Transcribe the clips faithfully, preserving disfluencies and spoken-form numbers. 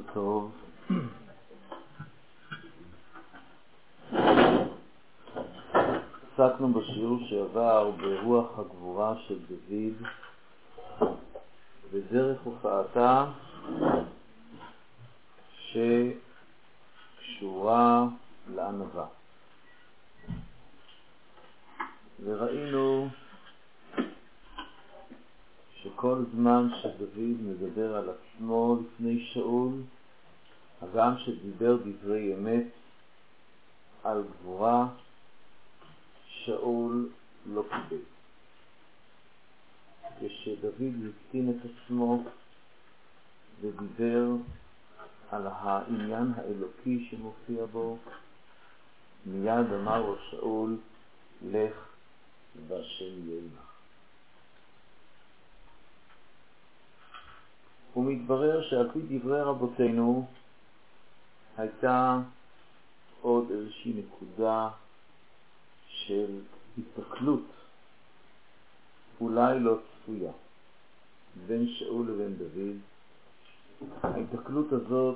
טוב. עסקנו בשיעור שעבר ברוח הגבורה של דוד ודרך הופעתה שקשורה לענווה. וראינו שכל זמן שדוד מדבר על עצמו לפני שאול, הגם שדיבר דברי אמת על גבורה, שאול לא קיבל. כשדוד הקטין את עצמו ודיבר על העניין האלוקי שמופיע בו, מיד אמר לו שאול, לך והשם יהיה עמך. ומתברר שעל פי דברי רבותינו הייתה עוד איזושהי נקודה של התקלות, אולי לא צפויה, בין שאול לבין דוד. ההתקלות הזאת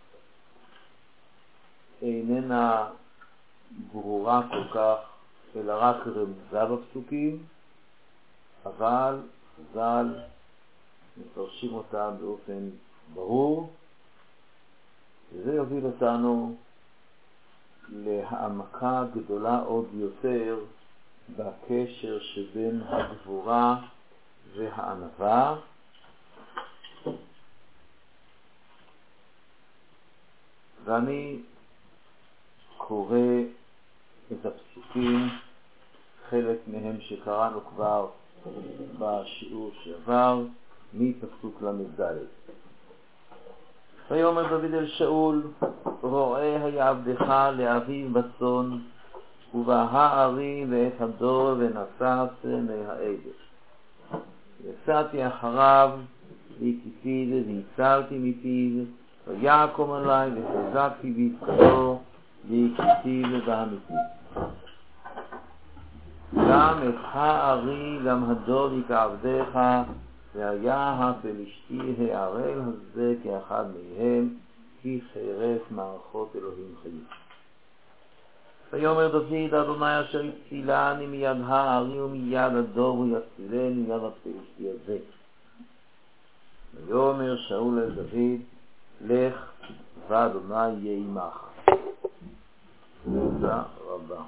איננה ברורה כל כך, אלא רק רמזה בפסוקים, אבל חז"ל מפרשים אותה באופן ברור, וזה יוביל אותנו להעמקה גדולה עוד יותר בקשר שבין הגבורה והענווה. ואני קורא את הפסוקים, חלק מהם שקראנו כבר בשיעור שעבר, מפסוק למ"ד. ויאמר דוד אל שאול, רואה היה עבדך לאביו בצאן, ובהערים ואת הדור ונסעתי מהעדר. יצאתי אחריו, והקיפיו והצלתי מפיו, ויקום עלי וחזקתי בהתקלו, והקיפיו והמפיו. גם את הערי, גם הדור יקעבדך, והיה הפלשתי הערל הזה כאחד מהם, כי חרף מערכות אלוהים חיים. ויאמר דוד, אדוני אשר הצילני מיד הערי ומיד הדור, הוא יצילני מיד הפלשתי הזה. ויאמר שאול אל דוד, לך ואדוני יהיה עמך. תודה רבה.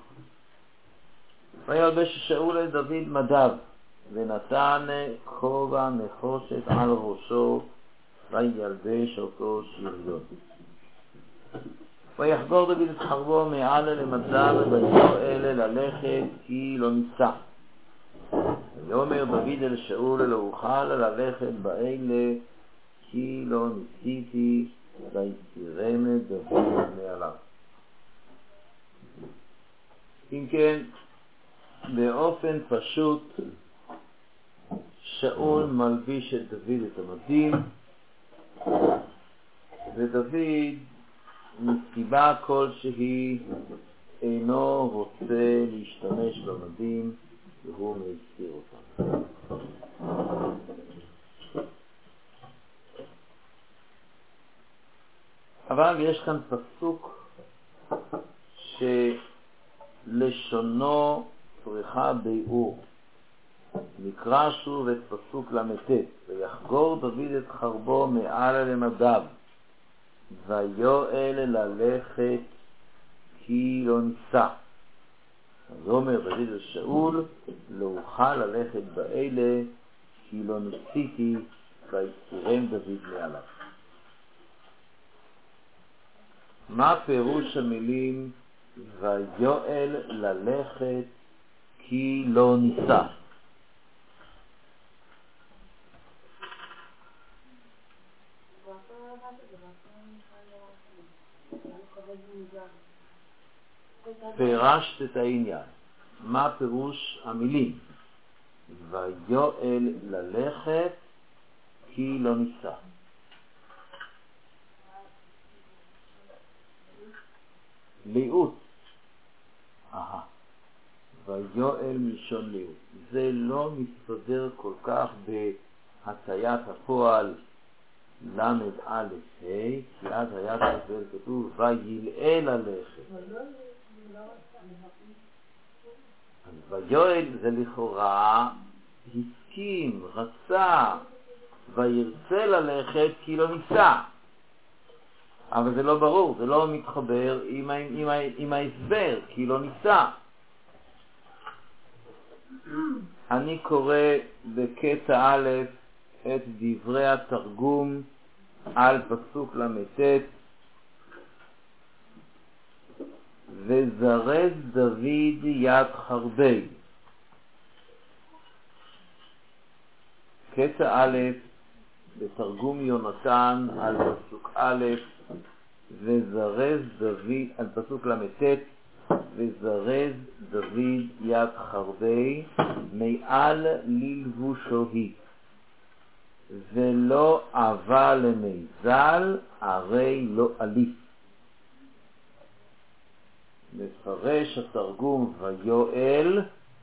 וילבש שאול אל דוד מדיו, ונתן כובע נחושת על ראשו, וילבש אותו שריון. ויחגור דוד את חרבו מעלה למדיו, ויואל ללכת כי לא ניסה. ויאמר דוד אל שאול, לא אוכל ללכת באלה כי לא ניסיתי, ויסירם דוד מעליו. אם כן, באופן פשוט שאול מלביש את דוד את המדים, ודוד מסיבה כלשהי אינו רוצה להשתמש במדים, והוא מסיר אותם. אבל יש כאן פסוק שלשונו צריכה ביאור. נקרא שוב את פסוק למ"ט. ויחגור דוד את חרבו מעלה למדיו, ויואל ללכת כי לא ניסה. אז אומר דוד אל שאול, לא אוכל ללכת באלה כי לא ניסיתי, ויסירם דוד מעליו. מה פירוש המילים ויואל ללכת כי לא ניסה? פירשת את העניין. מה פירוש המילים ויואל ללכת כי לא ניסה? ליאות. אהה. ויואל מלשון ליאות. זה לא מסתדר כל כך בהטיית הפועל למד א' ה', כי אז היה כתוב כתוב וילאה ללכת. אז ויואל זה לכאורה הסכים, רצה, וירצה ללכת כי לא ניסה. אבל זה לא ברור, זה לא מתחבר עם, עם, עם ההסבר, כי לא ניסה. אני קורא בקטע א' את דברי התרגום על פסוק למתת. וזרז דוד יד חרבי. קטע א' בתרגום יונתן על פסוק א', וזרז דוד, על פסוק למתת, וזרז דוד יד חרבי מעל ללבושו היא, ולא עבה למיזל, הרי לא אליף. מפרש התרגום ויואל,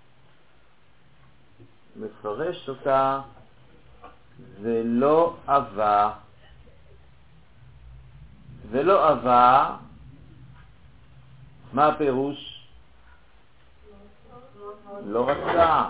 מפרש אותה ולא עבה. ולא עבה, מה הפירוש? לא רצה.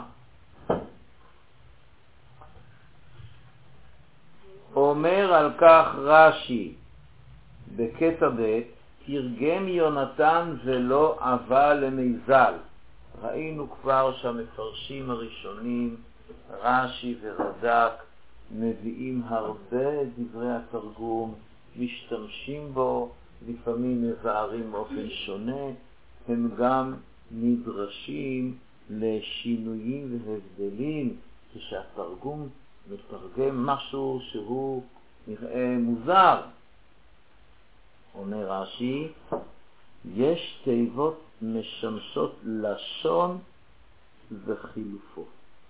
אומר על כך רש"י בקטע ב', תרגם יונתן ולא עבה למיזל. ראינו כבר שהמפרשים הראשונים, רש"י ורד"ק, מביאים הרבה דברי התרגום, משתמשים בו, לפעמים מבארים באופן שונה, הם גם נדרשים לשינויים והבדלים, כשהתרגום מתרגם משהו שהוא נראה מוזר. אומר רש"י, יש תיבות משמשות לשון וחילופו,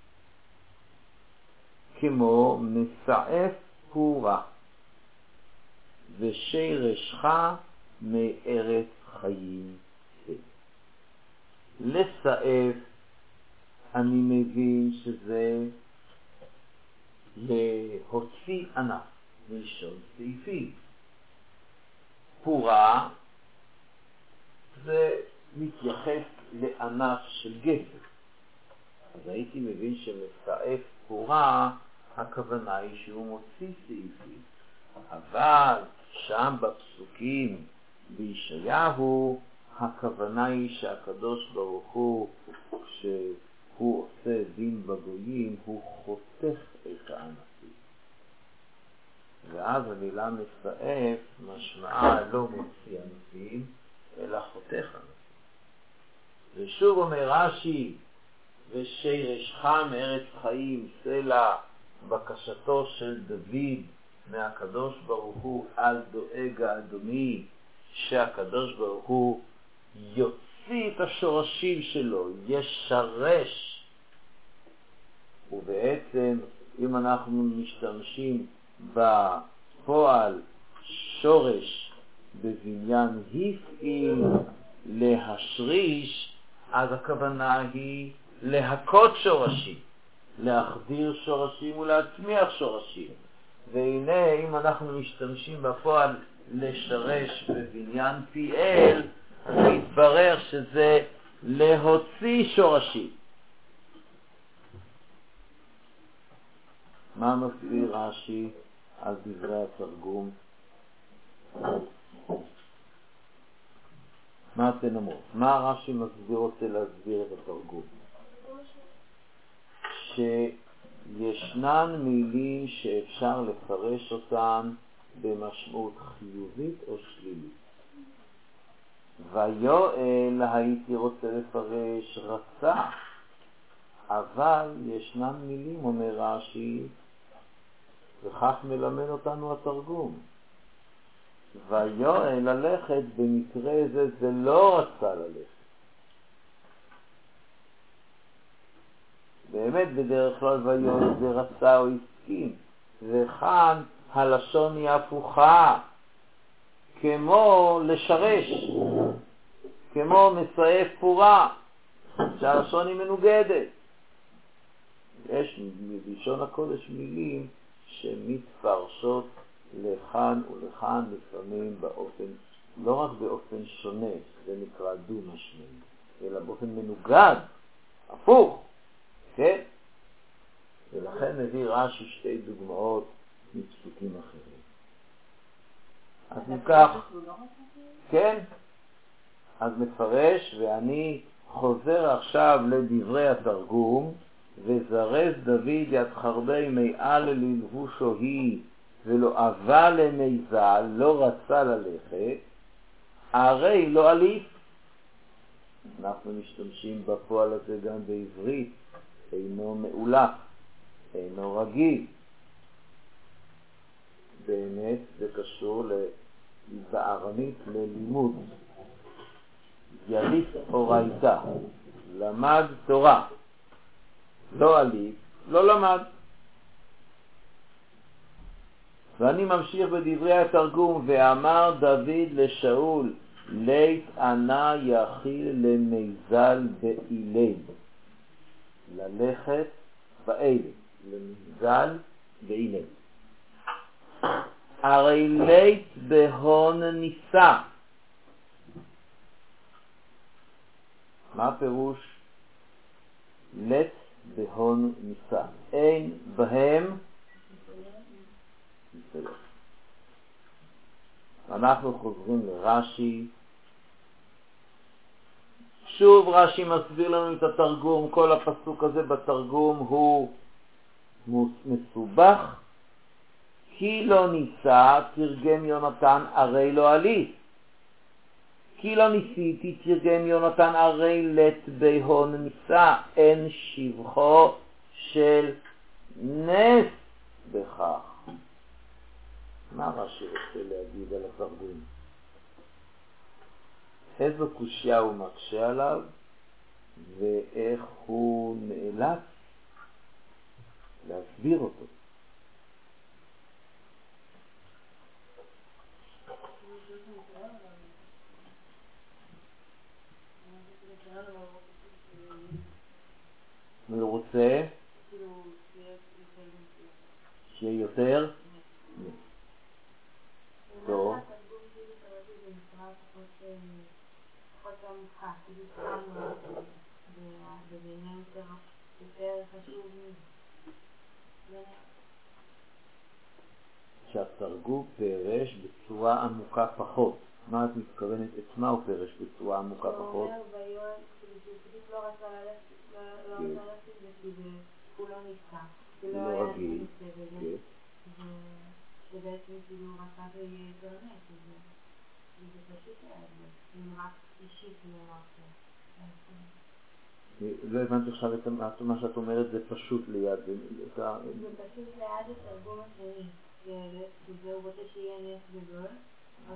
כמו מסעף פורה ושרשך מארץ חיים. לסעף אני מבין שזה להוציא ענף מלשון סעיפים. פורה זה מתייחס לענף של גפן. אז הייתי מבין שמסעף פורה הכוונה היא שהוא מוציא סעיפים. אבל שם בפסוקים בישעיהו הכוונה היא שהקדוש ברוך הוא, כשהוא עושה דין בגויים, הוא חותך את הענפים. ואז המילה מסעף משמעה לא מוציא ענפים, אלא חותך ענפים. ושוב אומר רש"י, ושרשך מארץ חיים, סלע, בקשתו של דוד מהקדוש ברוך הוא על דואג האדומי, שהקדוש ברוך הוא יוציא את השורשים שלו, ישרש. ובעצם אם אנחנו משתמשים בפועל שורש בבניין הפעיל להשריש, אז הכוונה היא להכות שורשים, להחדיר שורשים ולהצמיח שורשים. והנה אם אנחנו משתמשים בפועל לשרש בבניין פעיל, אז מתברר שזה להוציא שורשים. מה מסביר רש"י על דברי התרגום? מה אתן אומרות? מה רש"י מסביר רוצה להסביר את התרגום? שישנן מילים שאפשר לפרש אותן במשמעות חיובית או שלילית. ויואל הייתי רוצה לפרש רצה, אבל ישנן מילים, אומר רש"י, וכך מלמד אותנו התרגום. ויואל ללכת, במקרה זה זה לא רצה ללכת. באמת בדרך כלל ויואל זה רצה או הסכים, וכאן הלשון היא הפוכה, כמו לשרש, כמו מסעף פורה, שהלשון היא מנוגדת. יש בלשון הקודש מילים שמתפרשות לכאן ולכאן, לפעמים באופן, לא רק באופן שונה, זה נקרא דו-משמעי, אלא באופן מנוגד, הפוך, כן? ולכן מביא רש"י שתי דוגמאות מפסוקים אחרים. אז ניקח, כן? אז מפרש, ואני חוזר עכשיו לדברי התרגום, וזרז דוד יד חרבי מעל ללבושו היא, ולא אבה למיזל, לא רצה ללכת, הרי לא עליף. אנחנו משתמשים בפועל הזה גם בעברית, אינו מאולף, אינו רגיל. באמת זה קשור בארמית ללימוד. יליף אורייתא, למד תורה, לא עליף, לא למד. ואני ממשיך בדברי התרגום, ואמר דוד לשאול, לית ענה יחיל למיזל באילי, ללכת באילי, למיזל באילי. הרי לית בהון ניסה. מה פירוש לית בהון ניסה? אין בהם ניסיון. אנחנו חוזרים לרש"י. שוב רש"י מסביר לנו את התרגום. כל הפסוק הזה בתרגום הוא מסובך. כי לא ניסה, תרגם יונתן, הרי לא עלי. כי לא ניסיתי, תרגם יונתן, הרי לית בהון ניסה. אין שבחו של נס בכך. מה רש"י רוצה להגיד על התרגום? איזו קושיה הוא מקשה עליו, ואיך הוא נאלץ להסביר אותו. הוא רוצה שיהיה יותר טוב. שהתרגום פרש בצורה עמוקה פחות. מה את מתכוונת? את מה הוא פרש בצורה עמוקה פחות? הוא אומר ביואל, שהוא פשוט לא רצה ללכת וזה הוא לא ניסה. זה לא היה ניסה בזה. שבעצם כאילו רצה ויהיה יותר נס. וזה פשוט היה זה. זה רק אישית למעשה. לא הבנתי עכשיו את מה שאת אומרת, זה פשוט ליד. זה פשוט ליד התרגום השני. שזה הוא רוצה שיהיה נס גדול, או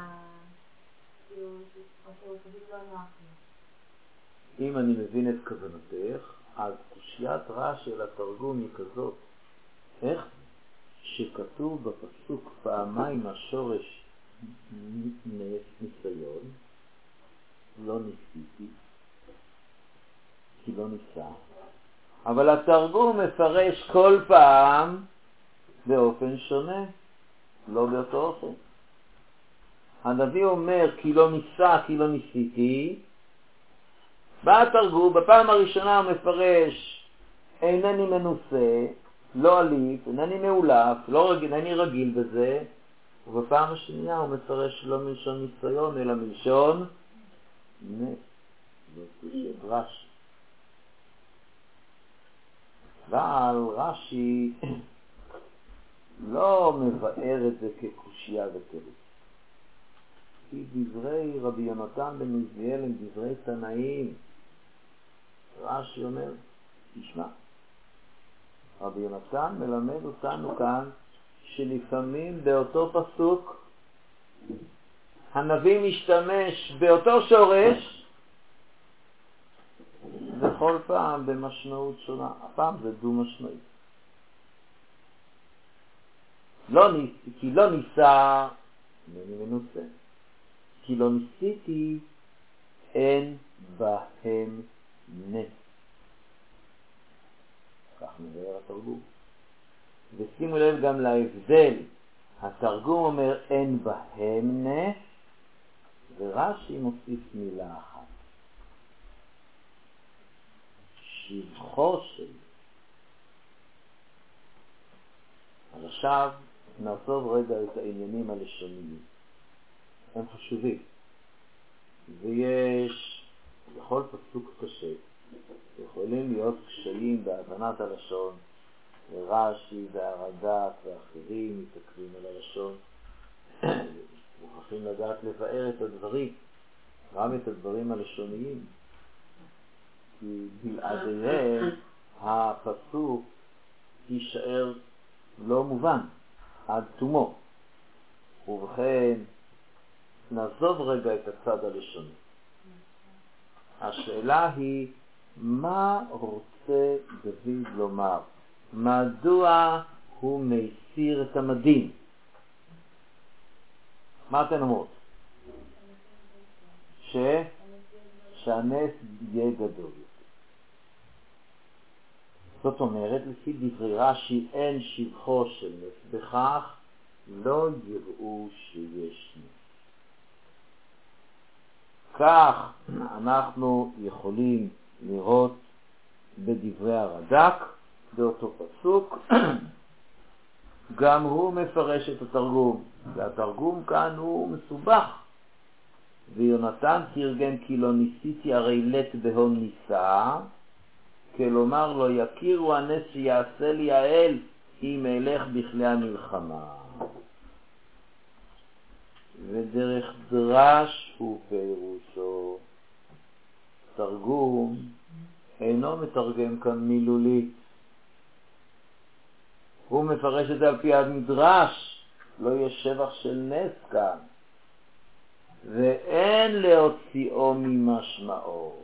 שהוא פשוט לא נוח לו. אם אני מבין את כוונתך, אז קושיית רש"י של התרגום היא כזאת, איך שכתוב בפסוק פעמיים השורש ניסיון, לא ניסיתי, כי לא ניסה, אבל התרגום מפרש כל פעם באופן שונה, לא באותו אופן. הנביא אומר כי לא ניסה, כי לא ניסיתי, בא התרגום, בפעם הראשונה הוא מפרש אינני מנוסה, לא עליף, אינני מעולף, לא רגיל, אינני רגיל בזה, ובפעם השנייה הוא מפרש לא מלשון ניסיון אלא מלשון נס. זאת קושיית רש"י. אבל רש"י לא מבאר את זה כקושיה ותירוץ. כי דברי רבי יונתן בן עוזיאל הם דברי תנאים. רש"י אומר, תשמע, רבי יונתן מלמד אותנו כאן שלפעמים באותו פסוק הנביא משתמש באותו שורש וכל פעם במשמעות שונה. הפעם זה דו משמעית. לא ניס, כי לא ניסה, אינני מנוסה. כי לא ניסיתי, אין בהם נס. כך מבאר התרגום. ושימו לב גם להבדל התרגום אומר אין בהם נס, ורש"י מוסיף מילה אחת. שבחו של. אז עכשיו נעזוב רגע את העניינים הלשוניים. הם חשובים. ויש בכל פסוק קשה יכולים להיות קשיים בהבנת הלשון, ורש"י והרד"ק ואחרים מתעכבים על הלשון. מוכרחים לדעת לבאר את הדברים, גם את הדברים הלשוניים, כי בלעדיהם הפסוק יישאר לא מובן עד תומו. ובכן נעזוב רגע את הצד הלשוני. השאלה היא מה רוצה דוד לומר? מדוע הוא מסיר את המדים? מה אתן אומרות? ש... שהנס יהיה גדול. זאת אומרת, לפי דברי רש"י אין שבחו של נס, בכך לא יראו שיש נס. כך אנחנו יכולים לראות בדברי הרד"ק באותו פסוק. גם הוא מפרש את התרגום, והתרגום כאן הוא מסובך. ויונתן תרגם כי לא ניסיתי הרי לת בהון ניסה, כלומר לא יכירו הנס שיעשה לי האל אם אלך בכלי המלחמה. ודרך דרש הוא פירושו. תרגום אינו מתרגם כאן מילולית, הוא מפרש את זה על פי המדרש. לא יש שבח של נס כאן, ואין להוציאו ממשמעו.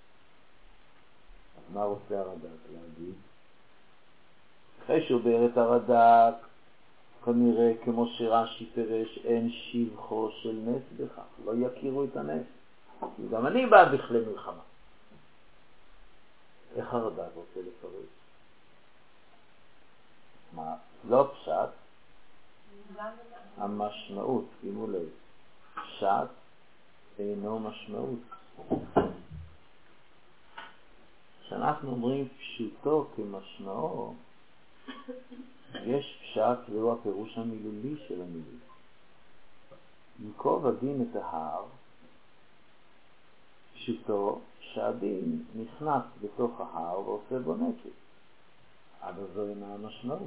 מה רוצה הרד"ק להגיד? אחרי שהוא באר את הרד"ק, כנראה כמו שרש"י פירש אין שבחו של נס בכך, לא יכירו את הנס, כי גם אני בא בכלי מלחמה. איך הרד"ק רוצה לפרש? מה? לא פשט, המשמעות, שימו לב, פשט אינו משמעות. כשאנחנו אומרים פשוטו כמשמעו, יש פשט והוא הפירוש המילולי של המילים. ייקוב הדין את ההר, פשוטו שהדין נכנס בתוך ההר ועושה בו נקב. אבל זו אינה המשמעות.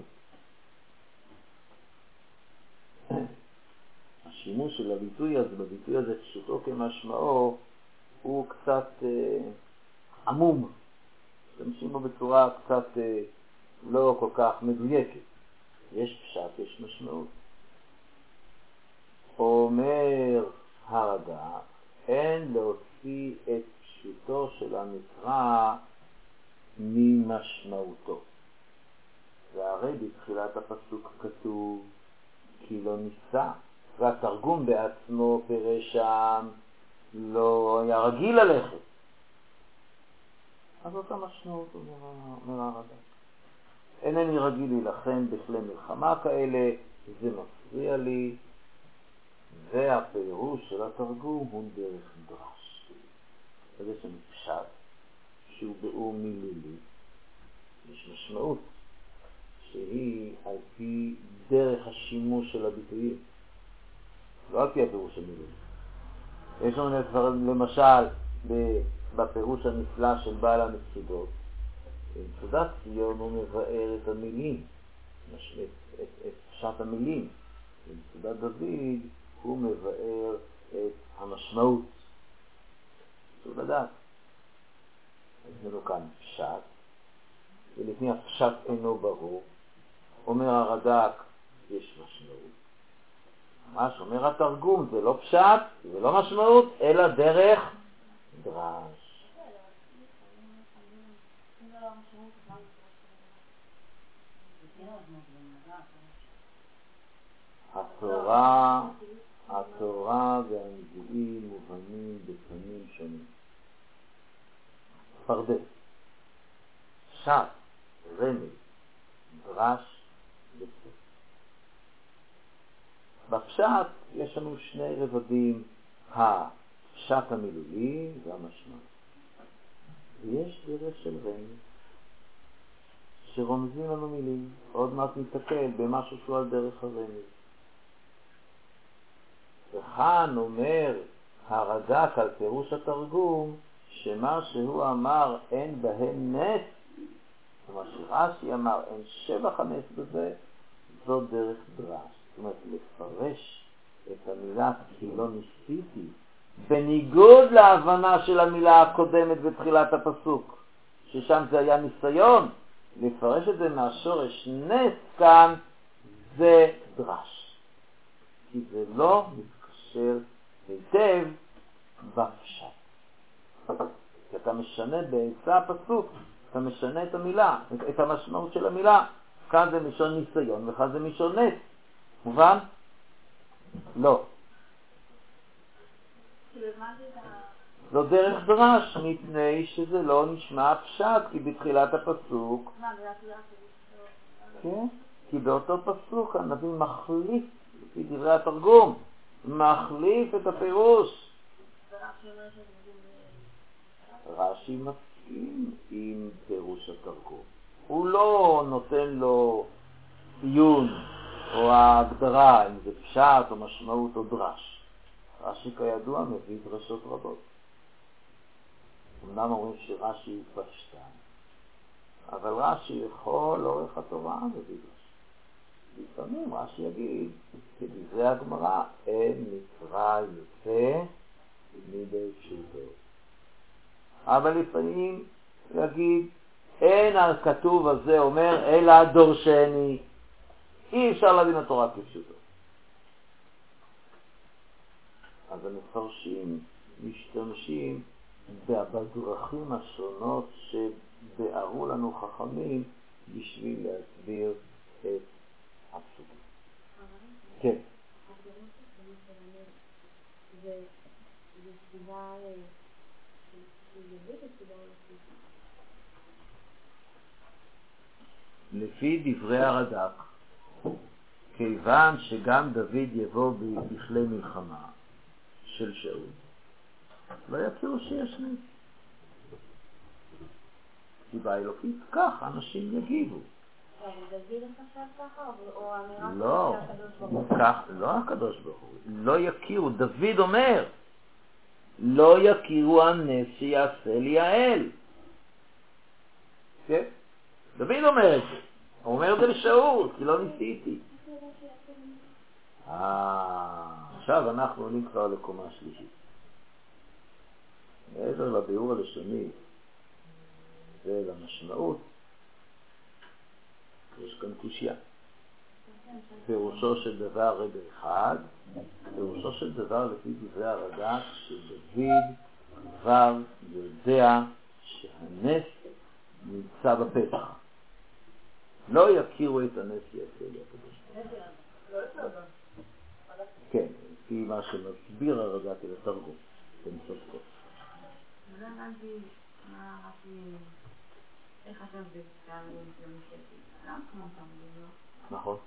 השימוש של הביטוי הזה, בביטוי הזה פשוטו כמשמעו, הוא קצת אה, עמום. משתמשים בו בצורה קצת אה, לא כל כך מדויקת. יש פשט, יש משמעות. אומר הרד"ק, אין להוציא את פשוטו של המקרא ממשמעותו. והרי בתחילת הפסוק כתוב כי לא ניסה, והתרגום בעצמו פירש שם לא היה רגיל ללכת. אז זאת המשמעות, אומר הרד"ק. אינני רגיל להילחם בכלי מלחמה כאלה, זה מפריע לי, והפירוש של התרגום הוא דרך דרש. אז יש לנו פשט שהוא באור מילולי, יש משמעות שהיא על פי דרך השימוש של הביטויים, לא על פי הפירוש המילולי. יש לנו כבר למשל בפירוש הנפלא של בעל המצודות, במצודת ציון הוא מבאר את המילים, את, את, את פשט המילים. במצודת דוד הוא מבאר את המשמעות. צריך לדעת. יש לנו כאן פשט, ולפני הפשט אינו ברור. אומר הרד"ק, יש משמעות. מה שאומר התרגום זה לא פשט, זה לא משמעות, אלא דרך דרש. התורה, התורה והנביאים מובנים בפנים שונים. פרדס, פשט, רמז, דרש וסוף. בפשט יש לנו שני רבדים, הפשט המילולי והמשמעות. ויש דרך של רמז, שרומזים לנו מילים. עוד מעט ניתקל במשהו שהוא על דרך הרמז. וכאן אומר הרד"ק על פירוש התרגום, שמה שהוא אמר אין בהם נס, ומה שרש"י אמר אין שבח הנס בזה, זו דרך דרש. זאת אומרת, לפרש את המילה כי לא ניסיתי, בניגוד להבנה של המילה הקודמת בתחילת הפסוק, ששם זה היה ניסיון, לפרש את זה מהשורש נס כאן, זה דרש. כי זה לא מתקשר היטב בפשט. כי אתה משנה באמצע הפסוק, אתה משנה את המילה, את המשמעות של המילה. כאן זה משון ניסיון וכאן זה משון נס. מובן? לא. זו דרך דרש, מפני שזה לא נשמע פשט, כי בתחילת הפסוק, כן? כי באותו פסוק הנביא מחליף, לפי דברי התרגום, מחליף את הפירוש. רש"י מסכים עם פירוש התרגום. הוא לא נותן לו ציון או ההגדרה, אם זה פשט או משמעות או דרש. רש"י כידוע מביא דרשות רבות. אמנם אומרים שרש"י הוא פשטן, אבל רש"י לכל אורך התורה מביא דרש. לפעמים רש"י יגיד, כדברי הגמרא, אין מקרא יוצא מידי פשוטו. אבל לפעמים יגיד, אין הכתוב הזה אומר, אלא דורשני. אי אפשר להבין התורה כפשוטו. אז המפרשים משתמשים בדרכים השונות שבארו לנו חכמים בשביל להסביר את הפסוקים. כן. זה סיבה לפי דברי הרד"ק, כיוון שגם דוד יבוא בכלי מלחמה של שאול, לא יכירו שיש נס. סיבה אלוקית, כך אנשים יגיבו. לא, כך, לא הקדוש ברוך הוא, לא יכירו. דוד אומר, לא יכירו הנס שיעשה לי האל. כן? דוד אומר את זה. הוא אומר את זה לשאול, כי לא ניסיתי. אה, עכשיו אנחנו עולים כבר לקומה שלישית. מעבר לביאור הלשוני ולמשמעות, יש כאן קושיה. פירושו של דבר רגע אחד, פירושו של דבר לפי דברי הרד"ק, שדוד כבר יודע שהנס נמצא בפתח. לא יכירו את הנס יעשה לי הקדוש. כן, לפי מה שמסביר הרד"ק אל התרגום. אתם צודקות. לא הבנתי מה רש"י, איך חשב בכלל למשפטי. למה כמו אותם? נכון.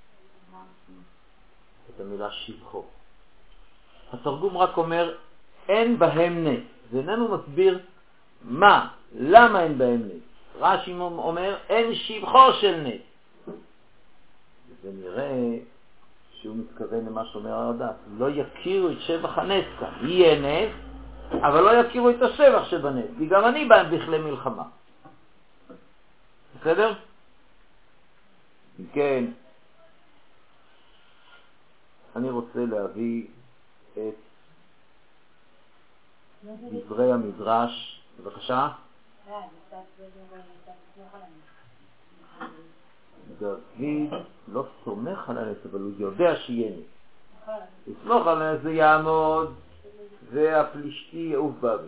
את המילה שבחו. התרגום רק אומר, אין בהם נס. זה איננו מסביר מה, למה אין בהם נס. רש"י אומר, אין שבחו של נס. ונראה שהוא מתכוון למה שאומר הרד"ק. לא יכירו את שבח הנס כאן. יהיה נס, אבל לא יכירו את השבח שבנס. כי גם אני בהם בכלי מלחמה. בסדר? כן. אני רוצה להביא את דברי המדרש. בבקשה. דוד לא סומך על הנס, אבל הוא יודע שיהיה נס. לסמוך על הנס זה יעמוד, והפלישתי יעוף באוויר.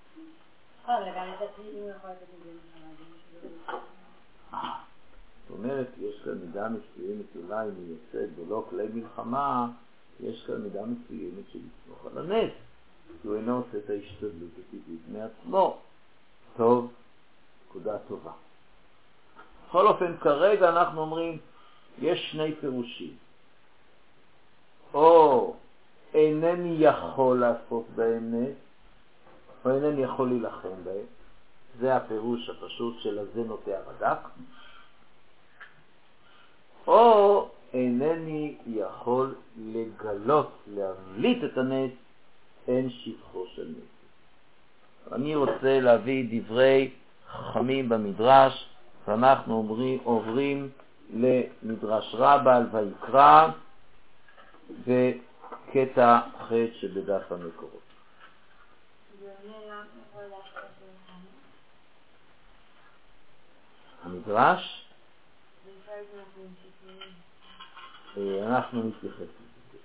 זאת אומרת, יש כאן מידה מסוימת, אולי מייצג ולא כלי מלחמה, יש כאן מידה מסוימת של לסמוך על הנס, כי הוא אינו עושה את ההשתדלות הטבעית מעצמו. טוב, נקודה טובה. בכל אופן, כרגע אנחנו אומרים, יש שני פירושים. או אינני יכול לעשות בהם נס, או אינני יכול להילחם בהם. זה הפירוש הפשוט של הזה נוטה הרד"ק. או אינני יכול לגלות, להבליט את הנס, אין שבחו של נס. אני רוצה להביא דברי חכמים במדרש, ואנחנו עוברים, עוברים למדרש רבה על ויקרא, וקטע ח' שבדף המקורות. המדרש, אנחנו נתייחס לזה.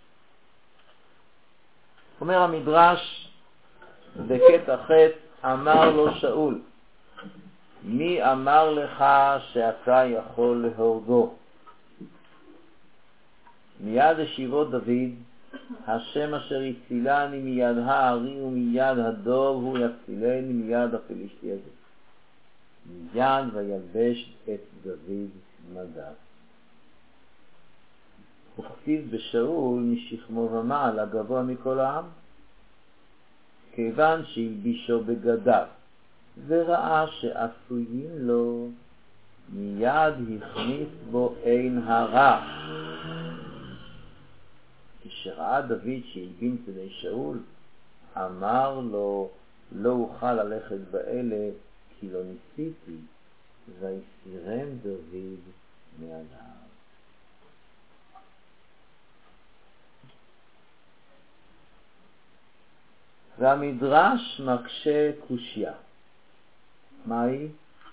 אומר המדרש בקטע ח', אמר לו שאול, מי אמר לך שאתה יכול להורגו? מיד השיבו דוד, השם אשר יצילני מיד הארי ומיד הדוב הוא יצילני מיד הפלישתי הזה. מיד וילבש את דוד מדיו. וכתיב בשאול משכמו ומעלה גבוה מכל העם, כיוון שהלבישו בגדיו וראה שעשויים לו, מיד הכניס בו עין הרע. כשראה דוד שהלבין פני שאול, אמר לו, לא אוכל ללכת באלה כי לא ניסיתי, ויסירם דוד מעליו. והמדרש מקשה קושיה. מה היא?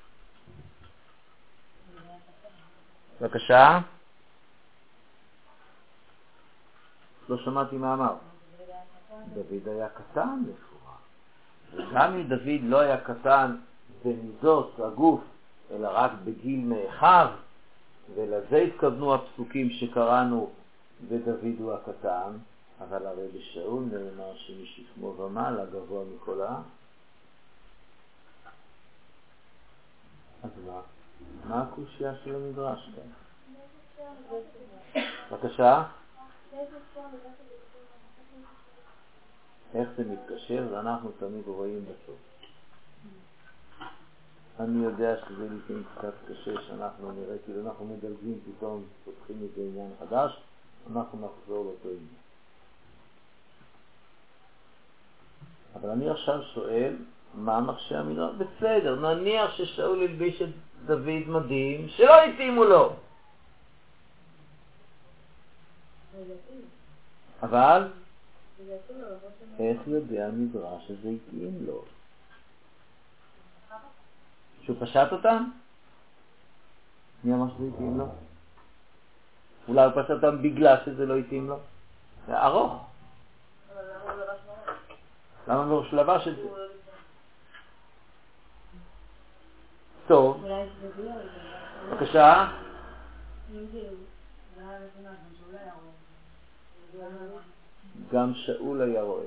בבקשה. לא שמעתי מה אמר. דוד היה קטן לכאורה. וגם אם דוד לא היה קטן במידות הגוף, אלא רק בגיל מאחיו, ולזה התכוונו הפסוקים שקראנו ודוד הוא הקטן, אבל הרי בשאול נאמר שמשכמו ומעלה גבוה מכל העם. אז מה? מה הקושיה של המדרש כאן? בבקשה? איך זה מתקשר? ואנחנו תמיד רואים בסוף. אני יודע שזה לפעמים קצת קשה שאנחנו נראה, כאילו אנחנו מדלגים, פתאום פותחים איזה עניין חדש, אנחנו נחזור לאותו עניין. אבל אני עכשיו שואל, מה מקשה המדרש? בסדר, נניח ששאול הלביש את דוד מדים, שלא התאימו לו. אבל, איך יודע המדרש שזה התאים לו? שהוא פשט אותם? מי אמר שזה התאים לו? אולי הוא פשט אותם בגלל שזה לא התאים לו? זה ארוך. למה לא שהוא לבש את זה? טוב. בבקשה. גם שאול היה רואה.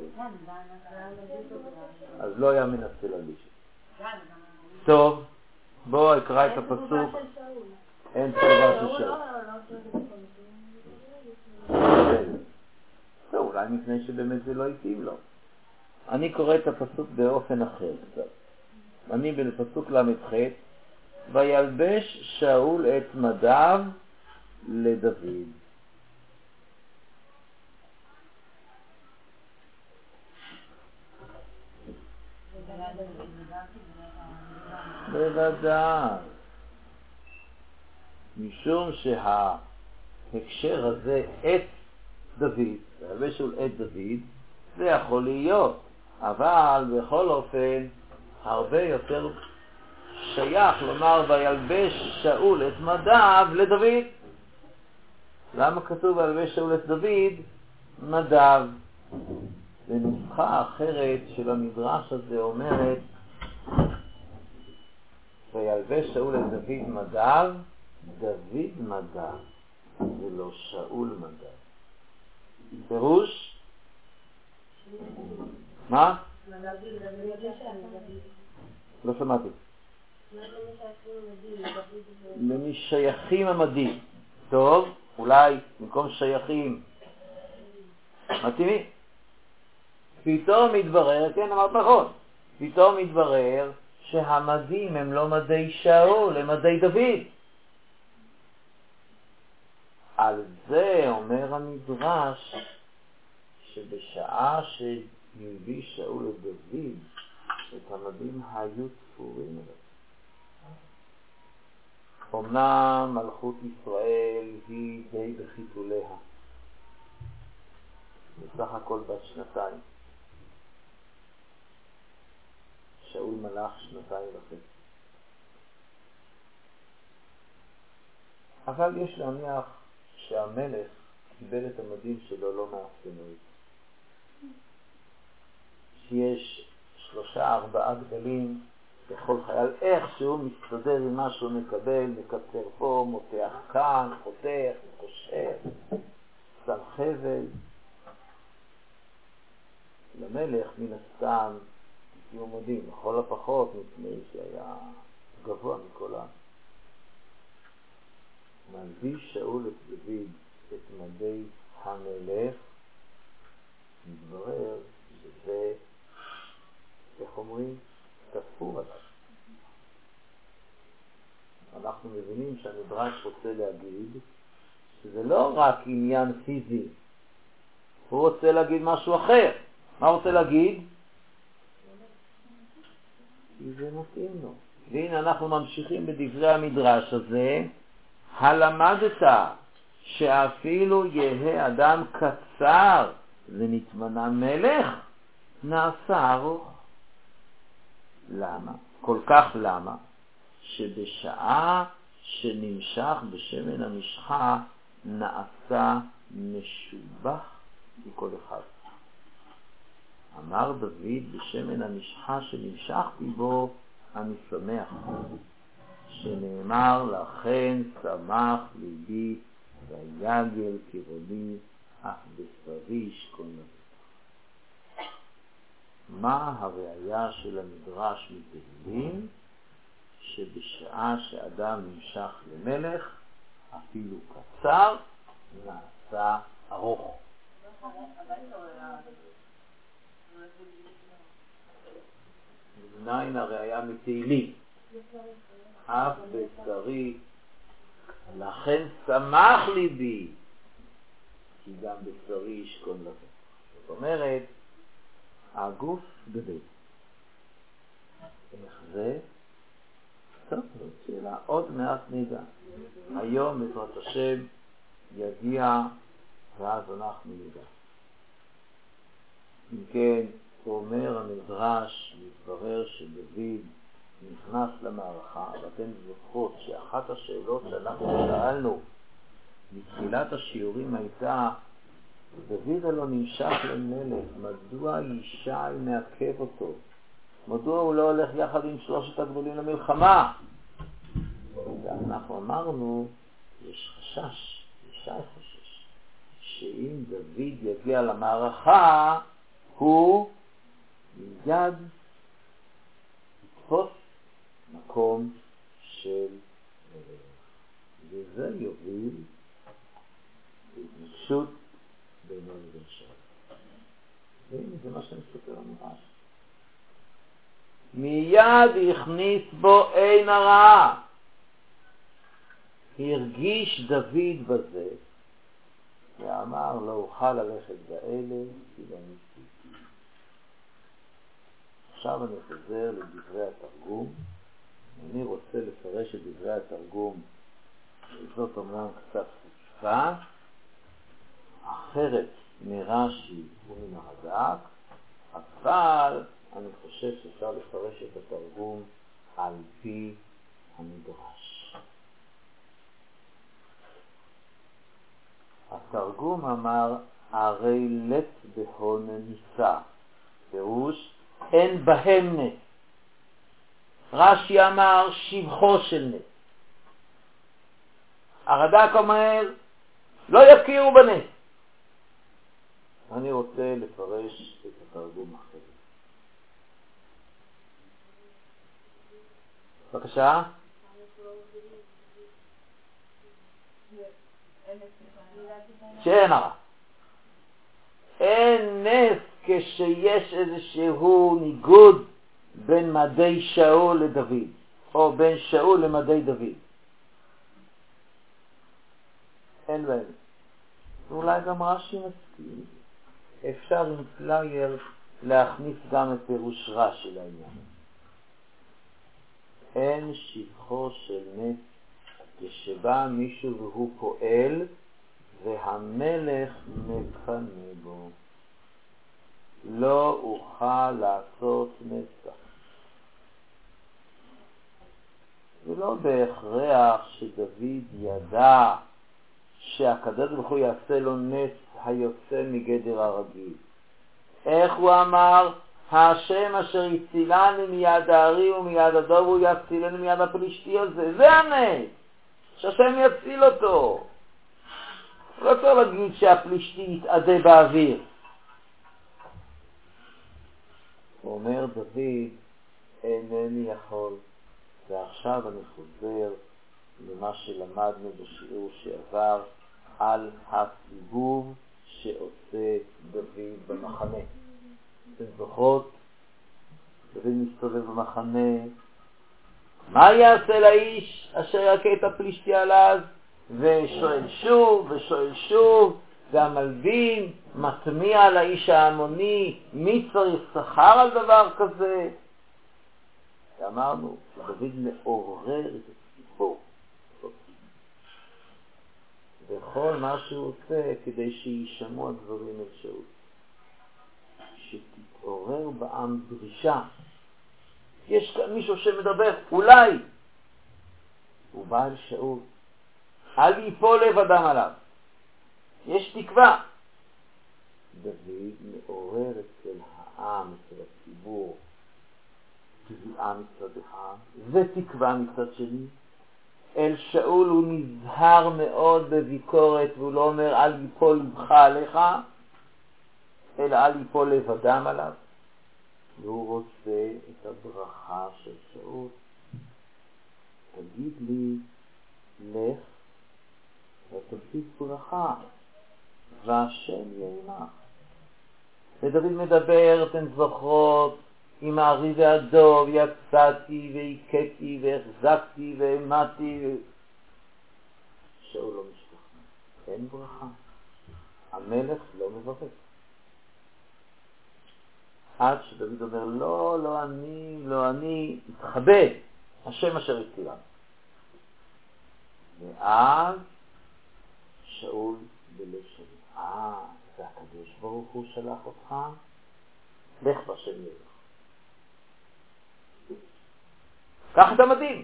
אז לא היה מנסה להלביש. טוב, בואו אקרא את הפסוק. אין תשובה של שאול. טוב, אולי מפני שבאמת זה לא התאים לו. אני קורא את הפסוק באופן אחר קצת. אני בפסוק למ"ח, וילבש שאול את מדיו לדוד. בוודאי. משום שההקשר הזה את דוד, וילבש שאול את דוד, זה יכול להיות, אבל בכל אופן הרבה יותר שייך לומר וילבש שאול את מדיו לדוד. למה כתוב וילבש שאול את דוד מדיו? בנוסחה אחרת של המדרש הזה אומרת וילבש שאול את דוד מדיו, דוד מדיו, ולא שאול מדיו. פירוש? מה? לא שמעתי. למי שייכים המדים. טוב, אולי במקום שייכים מתאימים. פתאום מתברר, כן, אמרת נכון, פתאום מתברר שהמדים הם לא מדי שאול, הם מדי דוד. על זה אומר המדרש שבשעה שיהודי שאול את דוד, את המדים היו תפורים אליו. אמנם מלכות ישראל היא די בחיתוליה, בסך הכל בת שנתיים. שאול מלך שנתיים וחצי. אבל יש להניח שהמלך קיבל את המדים שלו לא מאפיינות. שיש שלושה ארבעה גדלים בכל חייל, איך שהוא מסתדר עם מה שהוא מקבל, מקצר פה, מותח כאן, חותך, מקושר, שם חבל. למלך מן הסתם תהיו מודים, לכל הפחות מפני שהיה גבוה מכולם. מלביש שאול את דוד את מדי המלך, מתברר שזה, איך אומרים, תפור עליו. אנחנו מבינים שהמדרש רוצה להגיד שזה לא רק עניין פיזי, הוא רוצה להגיד משהו אחר. מה הוא רוצה להגיד? כי זה מתאים לו. והנה אנחנו ממשיכים בדברי המדרש הזה. הלמדת שאפילו יהא אדם קצר ונתמנה מלך, נעשה ארוך. למה? כל כך למה? שבשעה שנמשך בשמן המשחה נעשה משובח מכל אחד. אמר דוד בשמן המשחה שנמשכתי בו אני שמח, שנאמר לכן שמח ליבי ויגל כרוני אף בשרי ישכון לבטח. מה הראיה של המדרש מתהילים? שבשעה שאדם נמשך למלך אפילו קצר נעשה ארוך. מניין הראיה מתהילים? אף בשרי לכן שמח ליבי כי גם בשרי ישכון לבטח. זאת אומרת, הגוף גדל. איך זה? טוב, זאת שאלה, עוד מעט נדע. היום בעזרת השם יגיע ואז אנחנו נדע. אם כן, אומר המדרש, מתברר שדוד נכנס למערכה, ואתם זוכרות שאחת השאלות שאנחנו שאלנו בתחילת השיעורים הייתה, דוד הלא נמשך למלך, מדוע ישי מעכב אותו? מדוע הוא לא הולך יחד עם שלושת הגדולים למלחמה? ואנחנו אמרנו, יש חשש, ישי חושש, שאם דוד יגיע למערכה, הוא מיד יתפוס מקום של מלך. וזה יוביל להתנגשות בינו לבין שאול. והנה זה מה שאני מספר למדרש. מיד הכניס בו עין הרע. הרגיש דוד בזה, ואמר לא אוכל ללכת באלה, כי לא ניסיתי. עכשיו אני חוזר לדברי התרגום. אני רוצה לפרש את דברי התרגום, זאת אומנם קצת חוצפה, אחרת מרש"י ומן הרד"ק, אבל אני חושב שאפשר לפרש את התרגום על פי המדרש. התרגום אמר, הרי לט בהון ניסה, פירוש אין בהם נס. רש"י אמר שבחו של נס. הרד"ק אומר לא יכירו בנס. אני רוצה לפרש את התרגום אחר. בבקשה. שאין הרע. אין נס כשיש איזשהו ניגוד בין מדי שאול לדוד, או בין שאול למדי דוד. אין בהם. ואולי גם רש"י מסכים. אפשר עם פלייר להכניס גם את פירוש רש"י לעניין. אין שבחו של נס כשבא מישהו והוא פועל והמלך מקנא בו. לא אוכל לעשות נס. ולא בהכרח שדוד ידע שהקדוש ברוך הוא יעשה לו נס היוצא מגדר הרגיל. איך הוא אמר? השם אשר יצילני מיד הארי ומיד הדוב הוא יצילני מיד הפלישתי הזה. זה הנס, שהשם יציל אותו. לא צריך להגיד שהפלישתי יתעדה באוויר. הוא אומר דוד, אינני יכול. ועכשיו אני חוזר למה שלמדנו בשיעור שעבר על הסיבוב שעושה דוד במחנה. אתם זוכרות? דוד מסתובב במחנה. מה יעשה לאיש אשר יכה את הפלישתי עליו? ושואל שוב ושואל שוב, והמלבין מטמיע לאיש העמוני, מי צריך שכר על דבר כזה? ואמרנו שדוד מעורר את הסיפור. וכל מה שהוא עושה כדי שישמעו הדברים אל שאול. שתתעורר בעם דרישה. יש כאן מישהו שמדבר, אולי. הוא בא אל שאול. אל ייפול לב אדם עליו. יש תקווה. דוד מעורר אצל העם, אצל הציבור, תביעה מצד אחד, ותקווה מצד שני. אל שאול הוא נזהר מאוד בביקורת, והוא לא אומר אל ייפול לבך עליך, אלא אל ייפול לב אדם עליו. והוא רוצה את הברכה של שאול. תגיד לי, לך ותוסיף ברכה, והשם יעמך. ודוד מדבר, אתן זוכרות, עם הארי והדוב, יצאתי והכיתי והחזקתי והעמדתי. שאול לא משתכנע, אין ברכה. המלך לא מברך. עד שדוד אומר, לא, לא אני, לא אני, התחבא, השם אשר הצילנו. ואז שאול בלב שאול, אה, זה הקדוש ברוך הוא שלח אותך? לך בשם ילך. קח את המדים.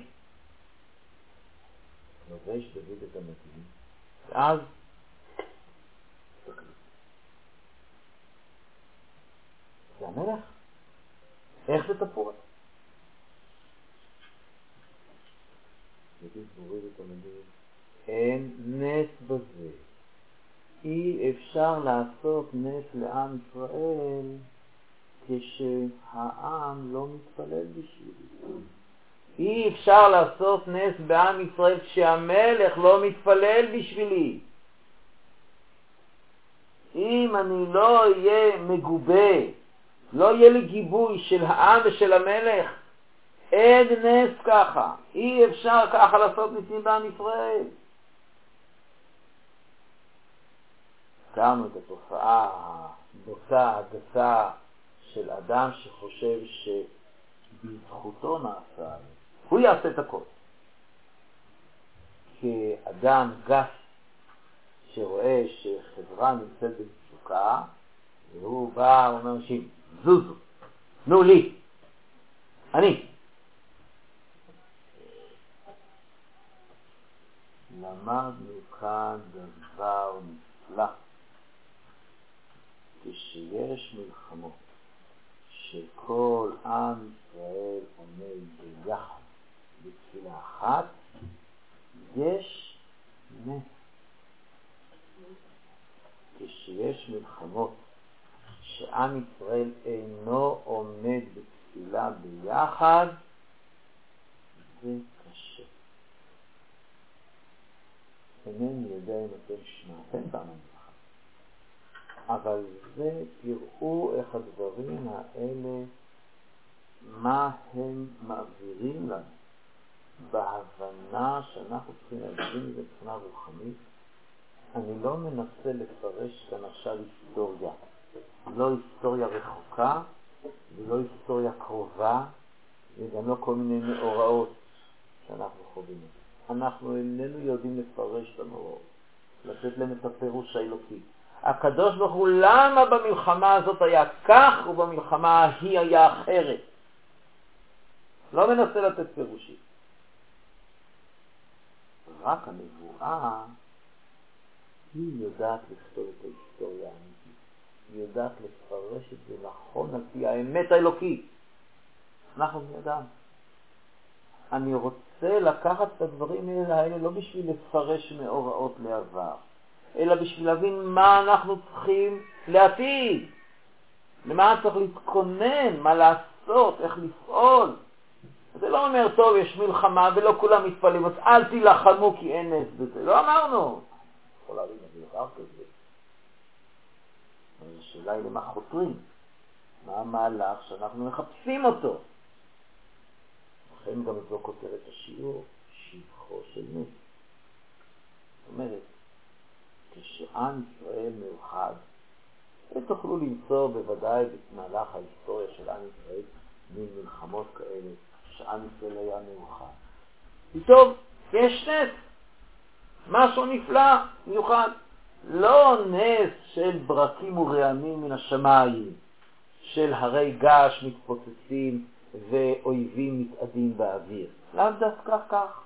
לובש דוד את המדים, ואז זה המלך. איך זה תפור? דוד מוריד את המדים. אין נס בזה. אי אפשר לעשות נס לעם ישראל כשהעם לא מתפלל בשבילי. אי אפשר לעשות נס בעם ישראל כשהמלך לא מתפלל בשבילי. אם אני לא אהיה מגובה, לא יהיה לי גיבוי של העם ושל המלך, אין נס ככה. אי אפשר ככה לעשות ניסים בעם ישראל. קראנו את התופעה הבוטה, הגסה של אדם שחושב שבזכותו נעשה, הוא יעשה את הכל. כאדם גס שרואה שחברה נמצאת במצוקה, והוא בא ואומר אנשים, זוזו, תנו לי, אני. למדנו כאן דבר נפלא. כשיש מלחמות שכל עם ישראל עומד ביחד בתפילה אחת, יש נס. כשיש מלחמות שעם ישראל אינו עומד בתפילה ביחד, זה קשה. אינני יודע אם אתם שמעתם פעם המלחמה. אבל זה, תראו איך הדברים האלה, מה הם מעבירים לנו בהבנה שאנחנו צריכים להבין את זה מבחינה רוחנית. אני לא מנסה לפרש כאן עכשיו היסטוריה, לא היסטוריה רחוקה ולא היסטוריה קרובה וגם לא כל מיני מאורעות שאנחנו חווים. אנחנו איננו יודעים לפרש את המאורעות, לתת להם את הפירוש האלוקי. הקדוש ברוך הוא, למה במלחמה הזאת היה כך ובמלחמה ההיא היה אחרת? לא מנסה לתת פירושים. רק הנבואה היא יודעת לכתוב את ההיסטוריה האמיתית. היא יודעת לפרש את זה נכון על פי האמת האלוקית. אנחנו יודעים. אני רוצה לקחת את הדברים האלה לא בשביל לפרש מאורעות לעבר, אלא בשביל להבין מה אנחנו צריכים לעתיד. למה צריך להתכונן, מה לעשות, איך לפעול. זה לא אומר, טוב, יש מלחמה ולא כולם מתפעלים, אז אל תילחמו כי אין נס בזה. לא אמרנו. יכול להבין את זה דבר כזה. אבל השאלה היא למה חותרים. מה המהלך שאנחנו מחפשים אותו. לכן גם זו כותרת השיעור, שבחו של נס. זאת אומרת, כשעם ישראל מאוחד, ותוכלו למצוא בוודאי במהלך ההיסטוריה של עם ישראל ממלחמות כאלה, שעם ישראל היה מאוחד. פתאום יש נס, משהו נפלא, מיוחד. לא נס של ברקים ורעמים מן השמיים, של הרי געש מתפוצצים ואויבים מתאדים באוויר. לאו דווקא כך.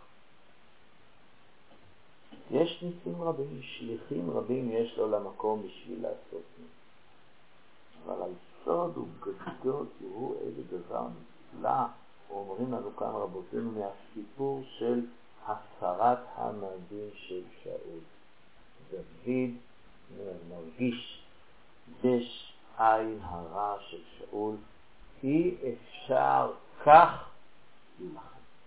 יש ניסים רבים, שליחים רבים יש לו למקום בשביל לעשות נס. אבל היסוד הוא גדול, תראו איזה דבר נפלא, אומרים לנו כאן רבותינו מהסיפור של הסרת המדים של שאול. דוד מרגיש יש עין הרע של שאול, אי אפשר כך להילחם.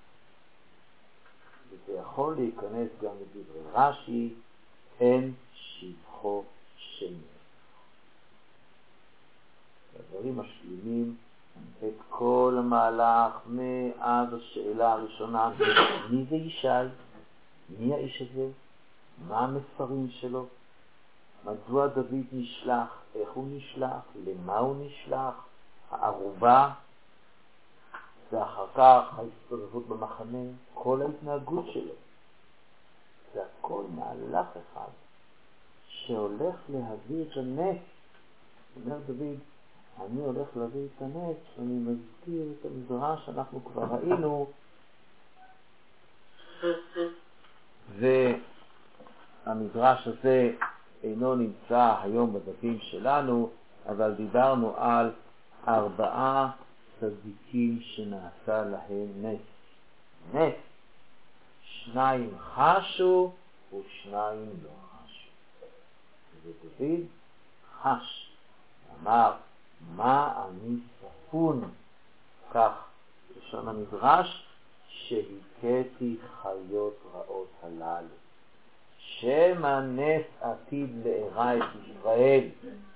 וזה יכול להיכנס גם לדברי רש"י, אין שבחו של נס. הדברים משלימים את כל המהלך מאז השאלה הראשונה, מי זה ישי? מי האיש הזה? מה המספרים שלו? מדוע דוד נשלח? איך הוא נשלח? למה הוא נשלח? הערובה? ואחר כך ההסתובבות במחנה, כל ההתנהגות שלו. זה הכל מהלך אחד שהולך להביא את הנס. אומר דוד, אני הולך להביא את הנס, אני מזכיר את המדרש שאנחנו כבר ראינו, והמדרש הזה אינו נמצא היום בדפים שלנו, אבל דיברנו על ארבעה צדיקים שנעשה להם נס. נס. שניים חשו ושניים לא חשו. ודוד חש. אמר, מה אני ספון? כך, לשון המדרש, שהיכיתי חיות רעות הללו. שם הנס עתיד לארע את ישראל.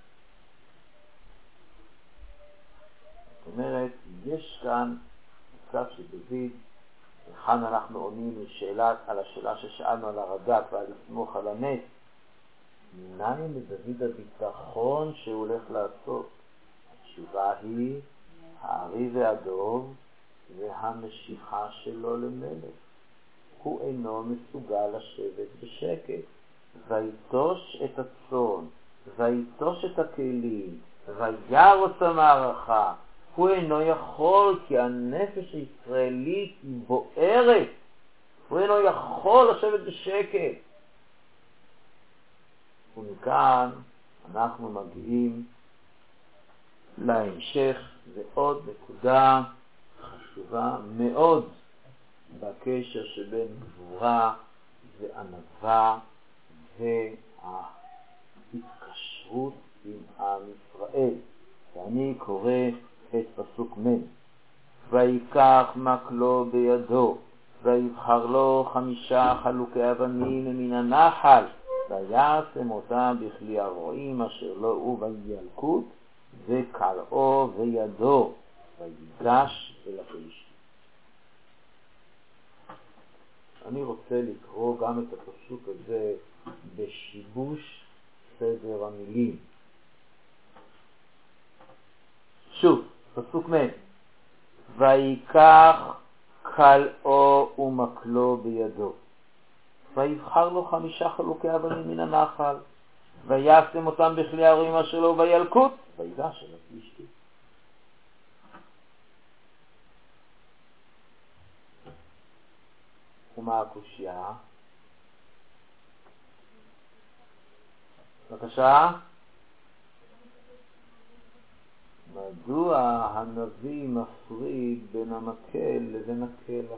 זאת אומרת, יש כאן מצב שדוד, וכאן אנחנו עונים לשאלה, על השאלה ששאלנו על הרד"ק ועל לסמוך על הנס. מנין לדוד הביטחון שהוא הולך לעשות? התשובה היא הארי והדוב והמשיכה שלו למלך. הוא אינו מסוגל לשבת בשקט. ויטוש את הצאן, ויטוש את הכלים, וירוץ המערכה. הוא אינו יכול, כי הנפש הישראלית היא בוערת. הוא אינו יכול לשבת בשקט. ומכאן אנחנו מגיעים להמשך, ועוד נקודה חשובה מאוד בקשר שבין גבורה וענווה וההתקשרות עם עם ישראל. ואני קורא את פסוק מ' ויקח מקלו בידו ויבחר לו חמישה חלוקי אבנים מן הנחל וישם אותם בכלי הרועים אשר לא הוא וילקוט וקלעו וידו ויגש אל הפלישתים. אני רוצה לקרוא גם את הפסוק הזה בשיבוש סדר המילים. שוב, פסוק מ' ויקח קלעו ומקלו בידו ויבחר לו חמישה חלוקי אבנים מן הנחל וישם אותם בכלי הרועים אשר לו וילקוט ויגש אל הפלישתים. ומה הקושיה? בבקשה. מדוע הנביא מפריד בין המקל לבין הקלע?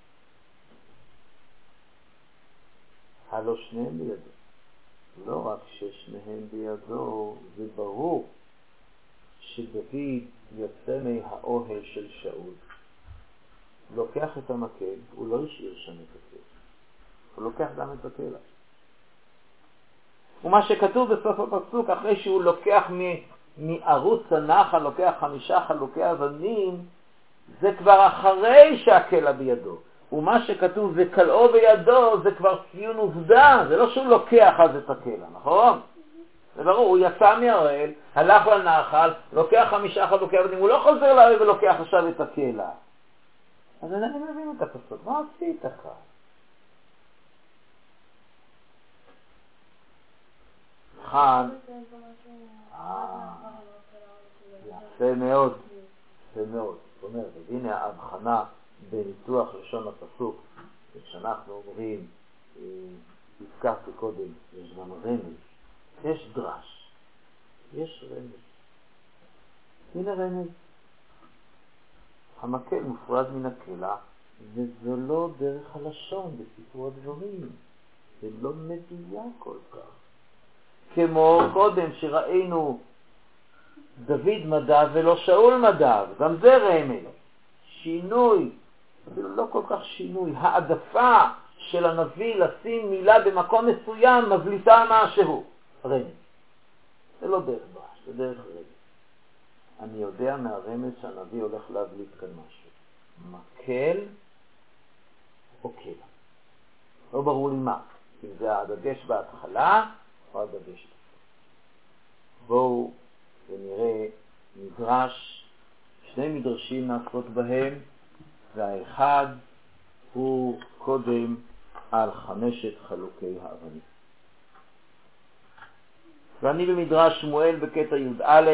הלא שניהם בידו. לא רק ששניהם בידו, זה ברור שדוד יוצא מהאוהל של שאול. לוקח את המקל, הוא לא השאיר שם את הקלע. הוא לוקח גם את הקלע. ומה שכתוב בסוף הפסוק, אחרי שהוא לוקח מערוץ הנחל, לוקח חמישה חלוקי אבנים, זה כבר אחרי שהקלע בידו. ומה שכתוב וקלעו בידו, זה כבר ציון עובדה, זה לא שהוא לוקח אז את הקלע, נכון? זה ברור, הוא יצא מהאוהל, הלך לנחל, לוקח חמישה חלוקי אבנים, הוא לא חוזר לאוהל ולוקח עכשיו את הקלע. אז אני מבין את הפסוק, מה עשית לך? אחד, יפה מאוד, יפה מאוד. זאת אומרת, הנה ההבחנה בניתוח לשון הפסוק, כשאנחנו אומרים, הזכרתי קודם, יש גם רמז, יש דרש, יש רמז. הנה רמז. המקל מופרד מן הקלע, וזה לא דרך הלשון בסיפור הדברים. זה לא מדויק כל כך. כמו קודם שראינו דוד מדע ולא שאול מדע, גם זה רמז. שינוי, אפילו לא כל כך שינוי, העדפה של הנביא לשים מילה במקום מסוים מבליטה משהו. רמז. זה לא דרך דרש, זה דרך רמז. אני יודע מהרמז שהנביא הולך להבליט כאן משהו. מקל או קלע. לא ברור לי מה. אם זה הדגש בהתחלה או הדגש. בואו ונראה מדרש, שני מדרשים נעסוק בהם, והאחד הוא קודם על חמשת חלוקי האבנים. ואני במדרש שמואל בקטע י"א,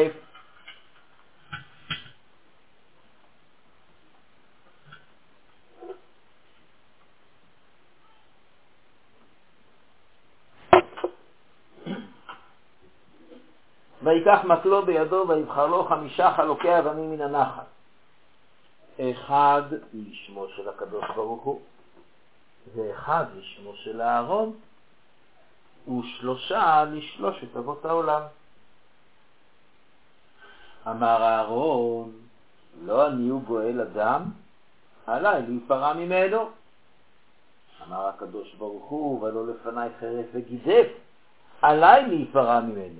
ויקח מקלו בידו ויבחר לו חמישה חלוקי אבנים מן הנחל. אחד לשמו של הקדוש ברוך הוא, ואחד לשמו של הארון, ושלושה לשלושת אבות העולם. אמר הארון, לא אני הוא גואל אדם, עליי להיפרע ממנו. אמר הקדוש ברוך הוא, ולא לפני חרף וגידף, עליי להיפרע ממנו.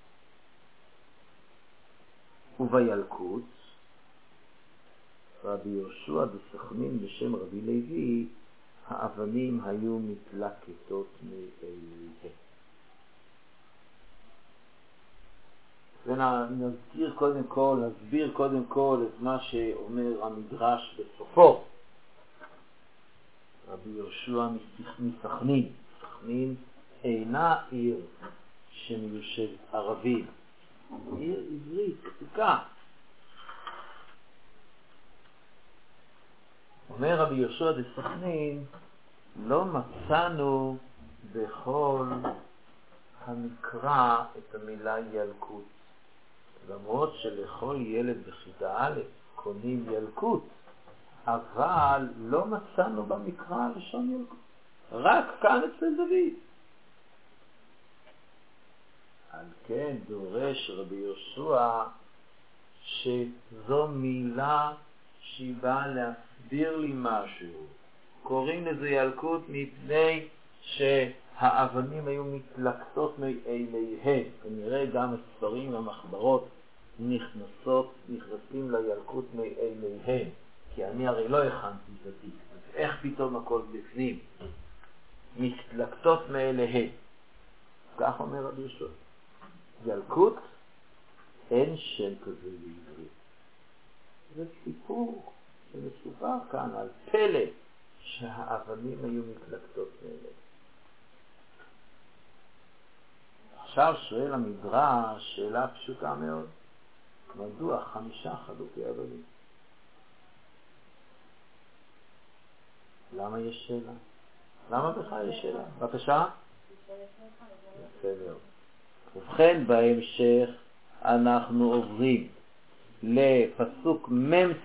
ובילקוט, רבי יהושע בסכנין בשם רבי לוי, האבנים היו מתלקטות מאליהם. ונזכיר קודם כל, נסביר קודם כל את מה שאומר המדרש בסופו. רבי יהושע מסכנין, סכנין אינה עיר שמיושב ערבים, עיר עברית, עתיקה. אומר רבי יהושע בסכנין, לא מצאנו בכל המקרא את המילה ילקוט. למרות שלכל ילד בכיתה א' קונים ילקוט, אבל לא מצאנו במקרא לשון ילקוט. רק כאן אצל דוד. על כן דורש רבי יהושע שזו מילה שהיא באה להסביר לי משהו. קוראים לזה ילקוט מפני שהמקרא האבנים היו מתלקטות מאליהן. כנראה גם הספרים והמחברות נכנסות, נכנסים לילקוט מאליהן. כי אני הרי לא הכנתי את התיק. אז איך פתאום הכל בפנים? מתלקטות מאליהן. כך אומר רבי יהושע. ילקוט, אין שם כזה בעברית. זה סיפור שמסופר כאן על פלא שהאבנים היו מתלקטות מאליהן. עכשיו שואל המדרש שאלה פשוטה מאוד. מדוע חמישה חלוקי אבנים? למה יש שאלה? למה בכלל יש שאלה? בבקשה? יפה מאוד. ובכן בהמשך אנחנו עוברים לפסוק ממ"ט.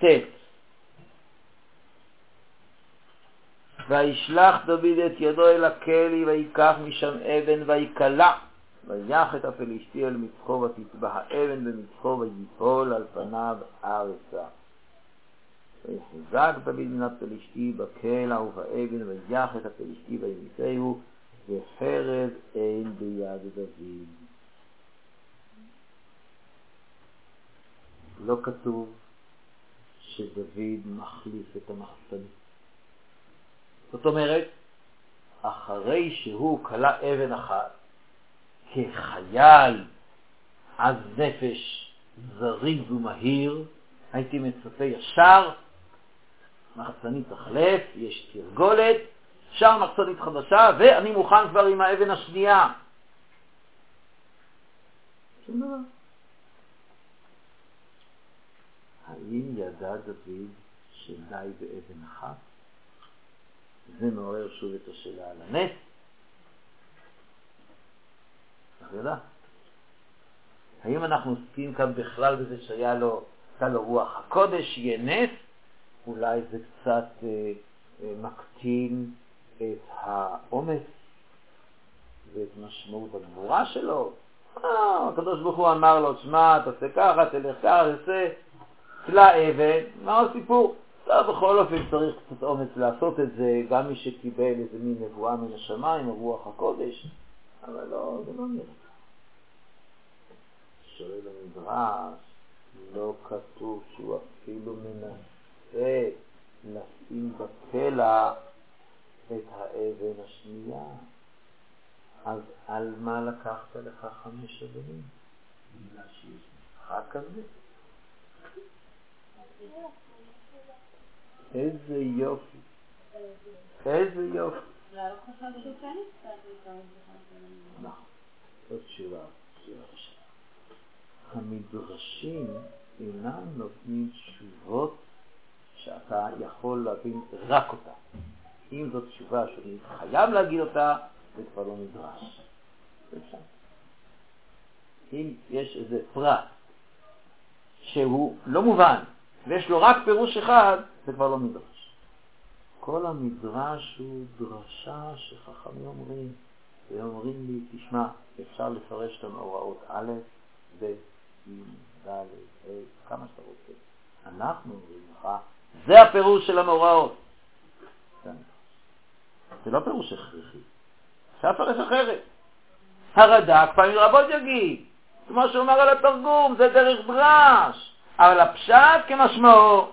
וישלח דוד את ידו אל הכלי ויקח משם אבן ויקלע ויח את הפלישתי אל מצחו ותטבע האבן במצחו ויפול על פניו ארצה. ויחזק דוד מן הפלישתי בקלע ובאבן ויח את הפלישתי וימיתהו וחרב אין ביד דוד. לא כתוב שדוד מחליף את המחסנית. זאת אומרת, אחרי שהוא קלע אבן אחת, כחייל עז נפש זריז ומהיר, הייתי מצפה ישר, מחסנית תחלף, יש תרגולת, שר מחסנית חדשה, ואני מוכן כבר עם האבן השנייה. שום דבר. האם ידע דוד שדי באבן אחת? זה מעורר שוב את השאלה על הנס. אתה יודע? האם אנחנו עוסקים כאן בכלל בזה שהיה לו, הייתה לו רוח הקודש, יהיה נס? אולי זה קצת אה, אה, מקטין את האומץ ואת משמעות הגבורה שלו. אה, הקדוש ברוך הוא אמר לו, שמע, תעשה ככה, תלך ככה, תעשה תלה אבן, מה הסיפור? לא, בכל אופן צריך קצת אומץ לעשות את זה, גם מי שקיבל איזה מין נבואה מן השמיים, רוח הקודש, אבל לא, זה לא נראה. שואל המדרש, לא כתוב שהוא אפילו מנסה לשים בקלע את האבן השנייה. אז על מה לקחת לך חמש אבנים? בגלל שיש משחק כזה? איזה יופי. איזה יופי. לא חשב שהוא כן יצטרך להתארץ בכלל. נכון. זאת תשובה. המדרשים אינם נותנים תשובות שאתה יכול להבין רק אותה. אם זאת תשובה שאני חייב להגיד אותה, זה כבר לא מדרש. אם יש איזה פרט שהוא לא מובן, ויש לו רק פירוש אחד, זה כבר לא מדרש. כל המדרש הוא דרשה שחכמים אומרים, והם אומרים לי, תשמע, אפשר לפרש את המאורעות א', ב', ג', ד', ה', כמה שאתה רוצה. אנחנו אומרים לך, זה הפירוש של המאורעות. זה לא פירוש הכרחי. אפשר לפרש אחרת. הרד"ק פעמים רבות יגיד, כמו שאומר על התרגום, זה דרך דרש. אבל הפשט כמשמעו.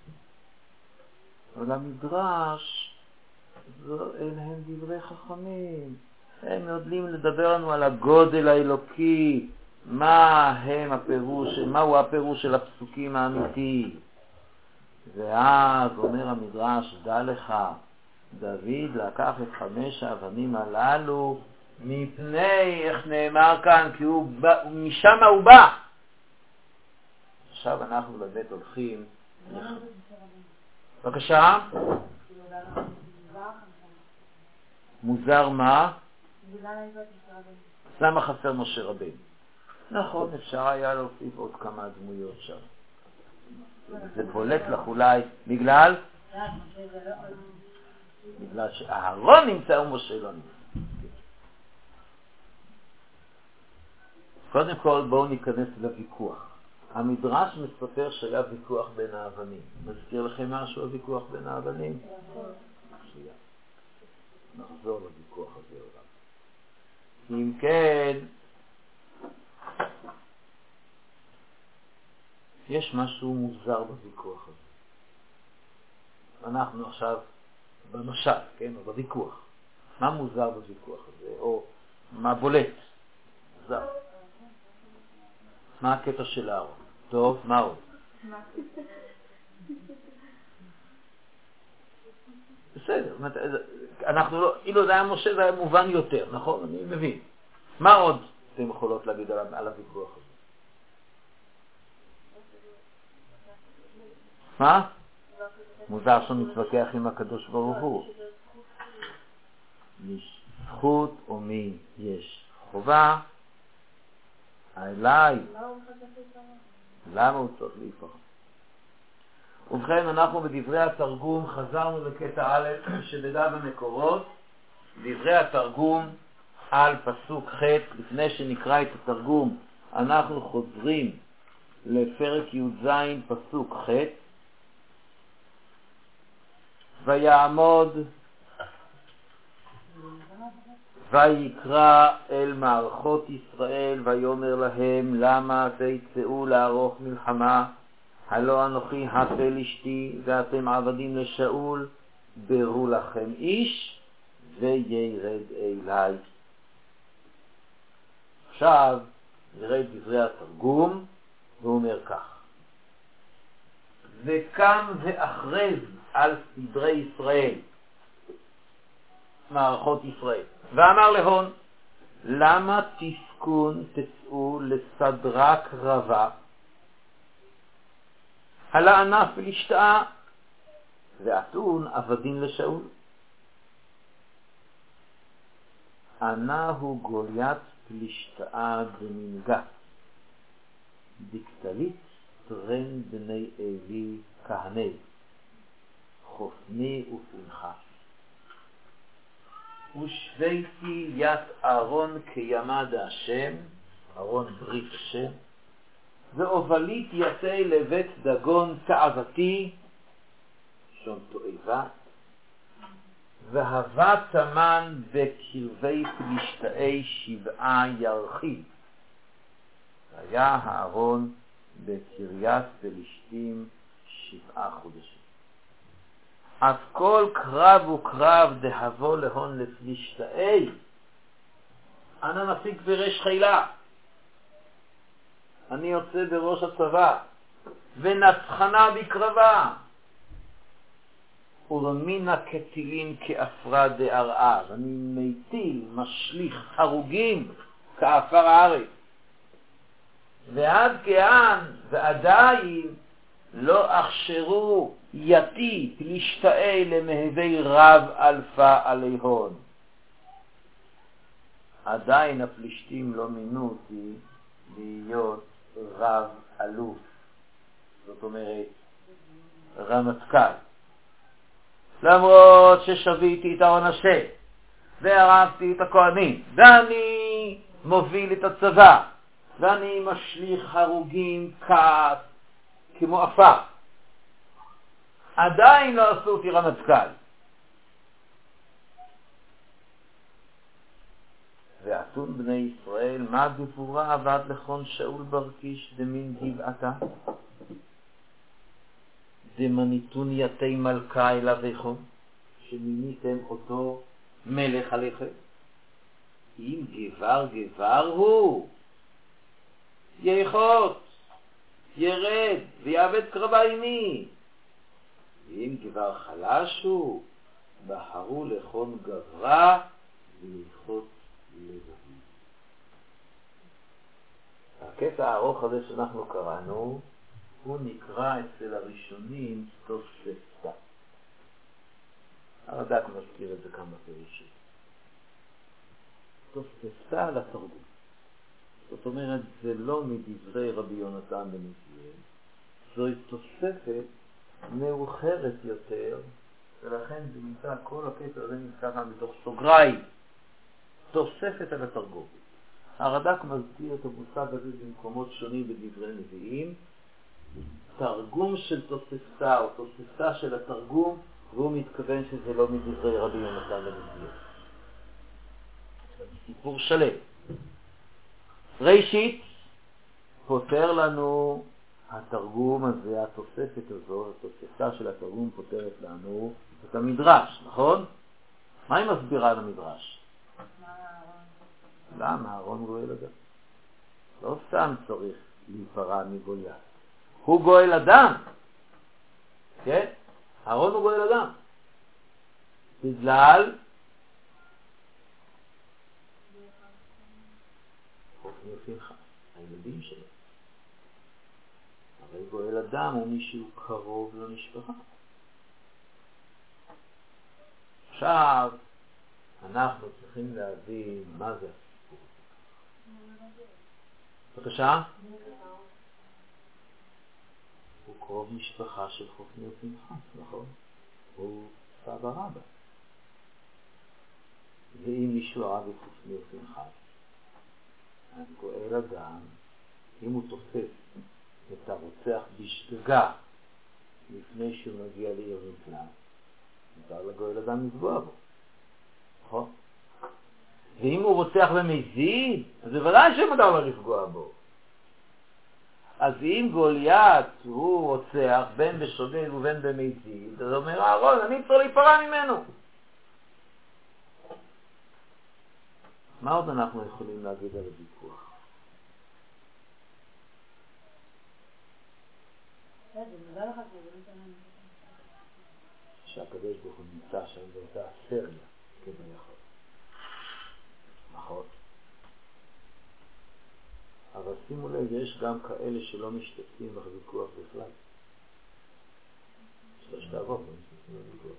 אבל המדרש, אין הם דברי חכמים. הם יודעים לדבר לנו על הגודל האלוקי, מה הם הפירוש, מהו הפירוש של הפסוקים האמיתי. ואז אומר המדרש, דע לך, דוד לקח את חמש האבנים הללו מפני, איך נאמר כאן, כי הוא בא, משם הוא בא. עכשיו אנחנו באמת הולכים. בבקשה. מוזר מה? למה חסר משה רבנו? נכון, אפשר היה להוסיף עוד כמה דמויות שם. זה בולט לך אולי בגלל? בגלל שאהרון נמצא ומשה לא נמצא. קודם כל בואו ניכנס לוויכוח. המדרש מספר שהיה ויכוח בין האבנים. מזכיר לכם משהו הוויכוח בין האבנים? נחזור לוויכוח הזה אולי. אם כן, יש משהו מוזר בוויכוח הזה. אנחנו עכשיו במשל, כן, או בוויכוח. מה מוזר בוויכוח הזה, או מה בולט? מוזר. מה הקטע של אהרון? טוב, מה עוד? בסדר, אנחנו לא, אילו זה היה משה זה היה מובן יותר, נכון? אני מבין. מה עוד אתם יכולות להגיד על, על הוויכוח הזה? מה? מוזר שהוא מתווכח עם הקדוש ברוך הוא. יש זכות או מי יש חובה? אליי. למה הוא צריך להיפך? ובכן, אנחנו בדברי התרגום חזרנו לקטע א' שדדה במקורות. דברי התרגום על פסוק ח'. לפני שנקרא את התרגום אנחנו חוזרים לפרק י"ז פסוק ח'. ויעמוד ויקרא אל מערכות ישראל ויאמר להם למה תצאו לערוך מלחמה, הלא אנוכי הפלישתי ואתם עבדים לשאול, ברו לכם איש וירד אליי. עכשיו נראה את דברי התרגום, והוא אומר כך: וקם ואחרז על סדרי ישראל, מערכות ישראל, ואמר להון, למה תסכון תצאו לסדרה קרבה, הלה ענף ולשתאה, ואתון עבדים לשאול. ענה הוא גוליית פלישתאה במנגה, דקטלית תרן בני אלי כהני, חופני ופנחס. ושוויתי ית אהרון כימד השם, אהרון ברית השם, והובלית יתי לבית דגון תאוותי, שון תואבה, והווה תמן בקרבי פלישתאי שבעה ירחיב. היה אהרון בקריית פלישתים שבעה חודשים. אז כל קרב וקרב דהבו להון לפלישתאי, אנא נפיק בראש חילה. אני יוצא בראש הצבא, ונצחנה בקרבה. ורמינה כתילין כאפרה דארער. אני מיטיל, משליך הרוגים כאפר הארץ. ועד כאן ועדיין לא אכשרו יתי פלישתאי למהבי רב אלפה עליהון. עדיין הפלישתים לא מינו אותי להיות רב אלוף, זאת אומרת רמטכ"ל, למרות ששביתי את ההון השם והרבתי את הכהנים ואני מוביל את הצבא ואני משליך הרוגים כעס כמו אפר, עדיין לא עשו אותי רמטכ"ל. ואתון בני ישראל, מה גבורה עבד לכון שאול ברקיש דמין גבעתה? דמניתון יתי מלכה אליכם, שמיניתם אותו מלך עליכם. אם גבר גבר הוא, יחוט, ירד ויעבד קרבה עימי. ואם גבר חלש הוא, בחרו לכון גברה ויחוט לבבי. הקטע הארוך הזה שאנחנו קראנו, הוא נקרא אצל הראשונים תוספתא. הרד"ק מזכיר את זה כמה פירושים. תוספתא לתרגום. זאת אומרת, זה לא מדברי רבי יונתן בן עזריאל, זוהי תוספת מאוחרת יותר, ולכן זה נמצא, כל הקטע הזה נמצא כאן בתוך סוגריים. תוספת על התרגום. הרד"ק מזכיר את המושג הזה במקומות שונים בדברי נביאים, תרגום של תוספתא או תוספתא של התרגום, והוא מתכוון שזה לא מדברי רבי יונתן בן עזריאל. סיפור שלם. ראשית, פותר לנו התרגום הזה, התוספת הזו, התוספתה של התרגום פותרת לנו את המדרש, נכון? מה היא מסבירה על המדרש? למה? אהרון גואל אדם. לא סתם צריך להיפרע מגוליית. הוא גואל אדם. כן? אהרון הוא גואל אדם. בגלל חופני ופנחס, הילדים שלו. הרי גואל אדם הוא מישהו קרוב למשפחה. עכשיו אנחנו צריכים להבין מה זה הסיפור. בבקשה? הוא קרוב משפחה של חופני ופנחס, נכון? הוא סבא רבא. ואם מישהו הרב את חופני ופנחס, אז גואל אדם, אם הוא תופס את הרוצח בשגגה לפני שהוא מגיע לעיר מקלט, מותר לגואל אדם לפגוע בו, נכון? ואם הוא רוצח ומזיד, אז בוודאי שמותר לו לפגוע בו. אז אם גוליית הוא רוצח בין בשוגג ובין במזיד, אז אומר אהרון, אני צריך להיפרע ממנו. מה עוד אנחנו יכולים להגיד על הוויכוח? שהקדוש ברוך הוא נמצא שם באותה סריה כביכול, נכון? אבל שימו לב, יש גם כאלה שלא משתתפים בוויכוח בכלל. שלושת האבות לא משתתפים בוויכוח.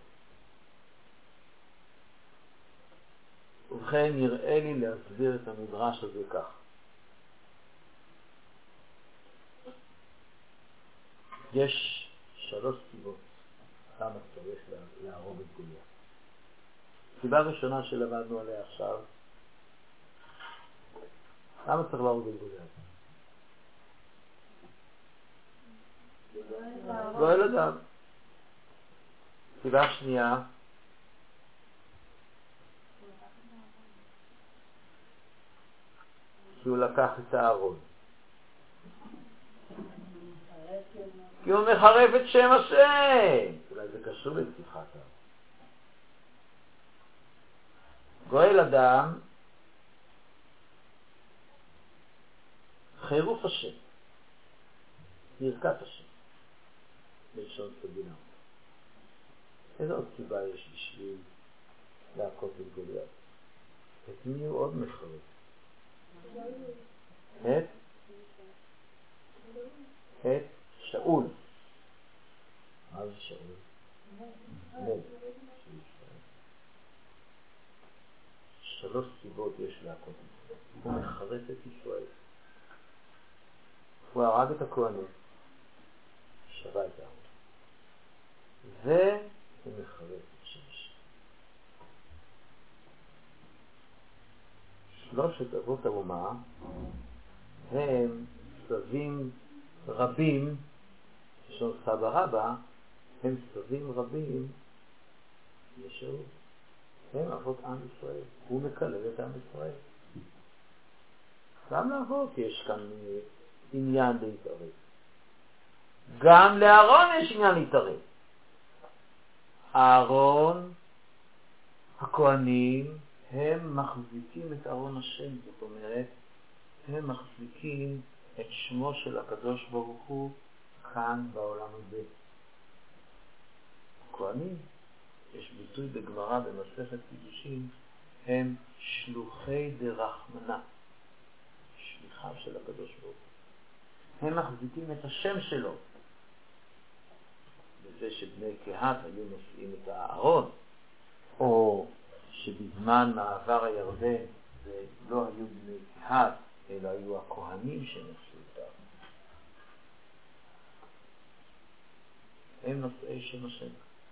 ובכן, נראה לי להסביר את המדרש הזה כך. יש שלוש סיבות למה צריך להרוג את גוליית. סיבה ראשונה שלמדנו עליה עכשיו, למה צריך להרוג את גוליית? גואל אדם. סיבה שנייה, כי הוא לקח את הארון. כי הוא מחרף את שם השם. אולי זה קשור לשיחת הארון. גואל אדם, חירוף השם, ברכת השם, בלשון סבינה. איזו עוד סיבה יש בשביל להכות את גוליית? את מי הוא עוד מחרף? את? את שאול. מה זה שאול? מלך של ישראל. שלוש סיבות יש להכות את זה. הוא מחרף את ישראל. הוא הרג את הכהנים, שבה את העם, והוא מחרף את שמש. שלושת אבות האומה הם סבים רבים, שון סבא רבא, הם סבים רבים לשאול. הם אבות עם ישראל. הוא מקלל את עם ישראל. גם לאבות יש כאן עניין להתערב. גם לאהרון יש עניין להתערב. אהרון, הכהנים, הם מחזיקים את ארון השם, זאת אומרת, הם מחזיקים את שמו של הקדוש ברוך הוא כאן בעולם הזה. הכהנים, יש ביטוי בגמרא במסכת קידושין, הם שלוחי דרחמנה, שליחיו של הקדוש ברוך הוא. הם מחזיקים את השם שלו. בזה שבני קהת היו נושאים את הארון, או שבזמן מעבר הירדן זה לא היו בני קהת, אלא היו הכהנים שנושאו את הארון. הם נושאי שם השם.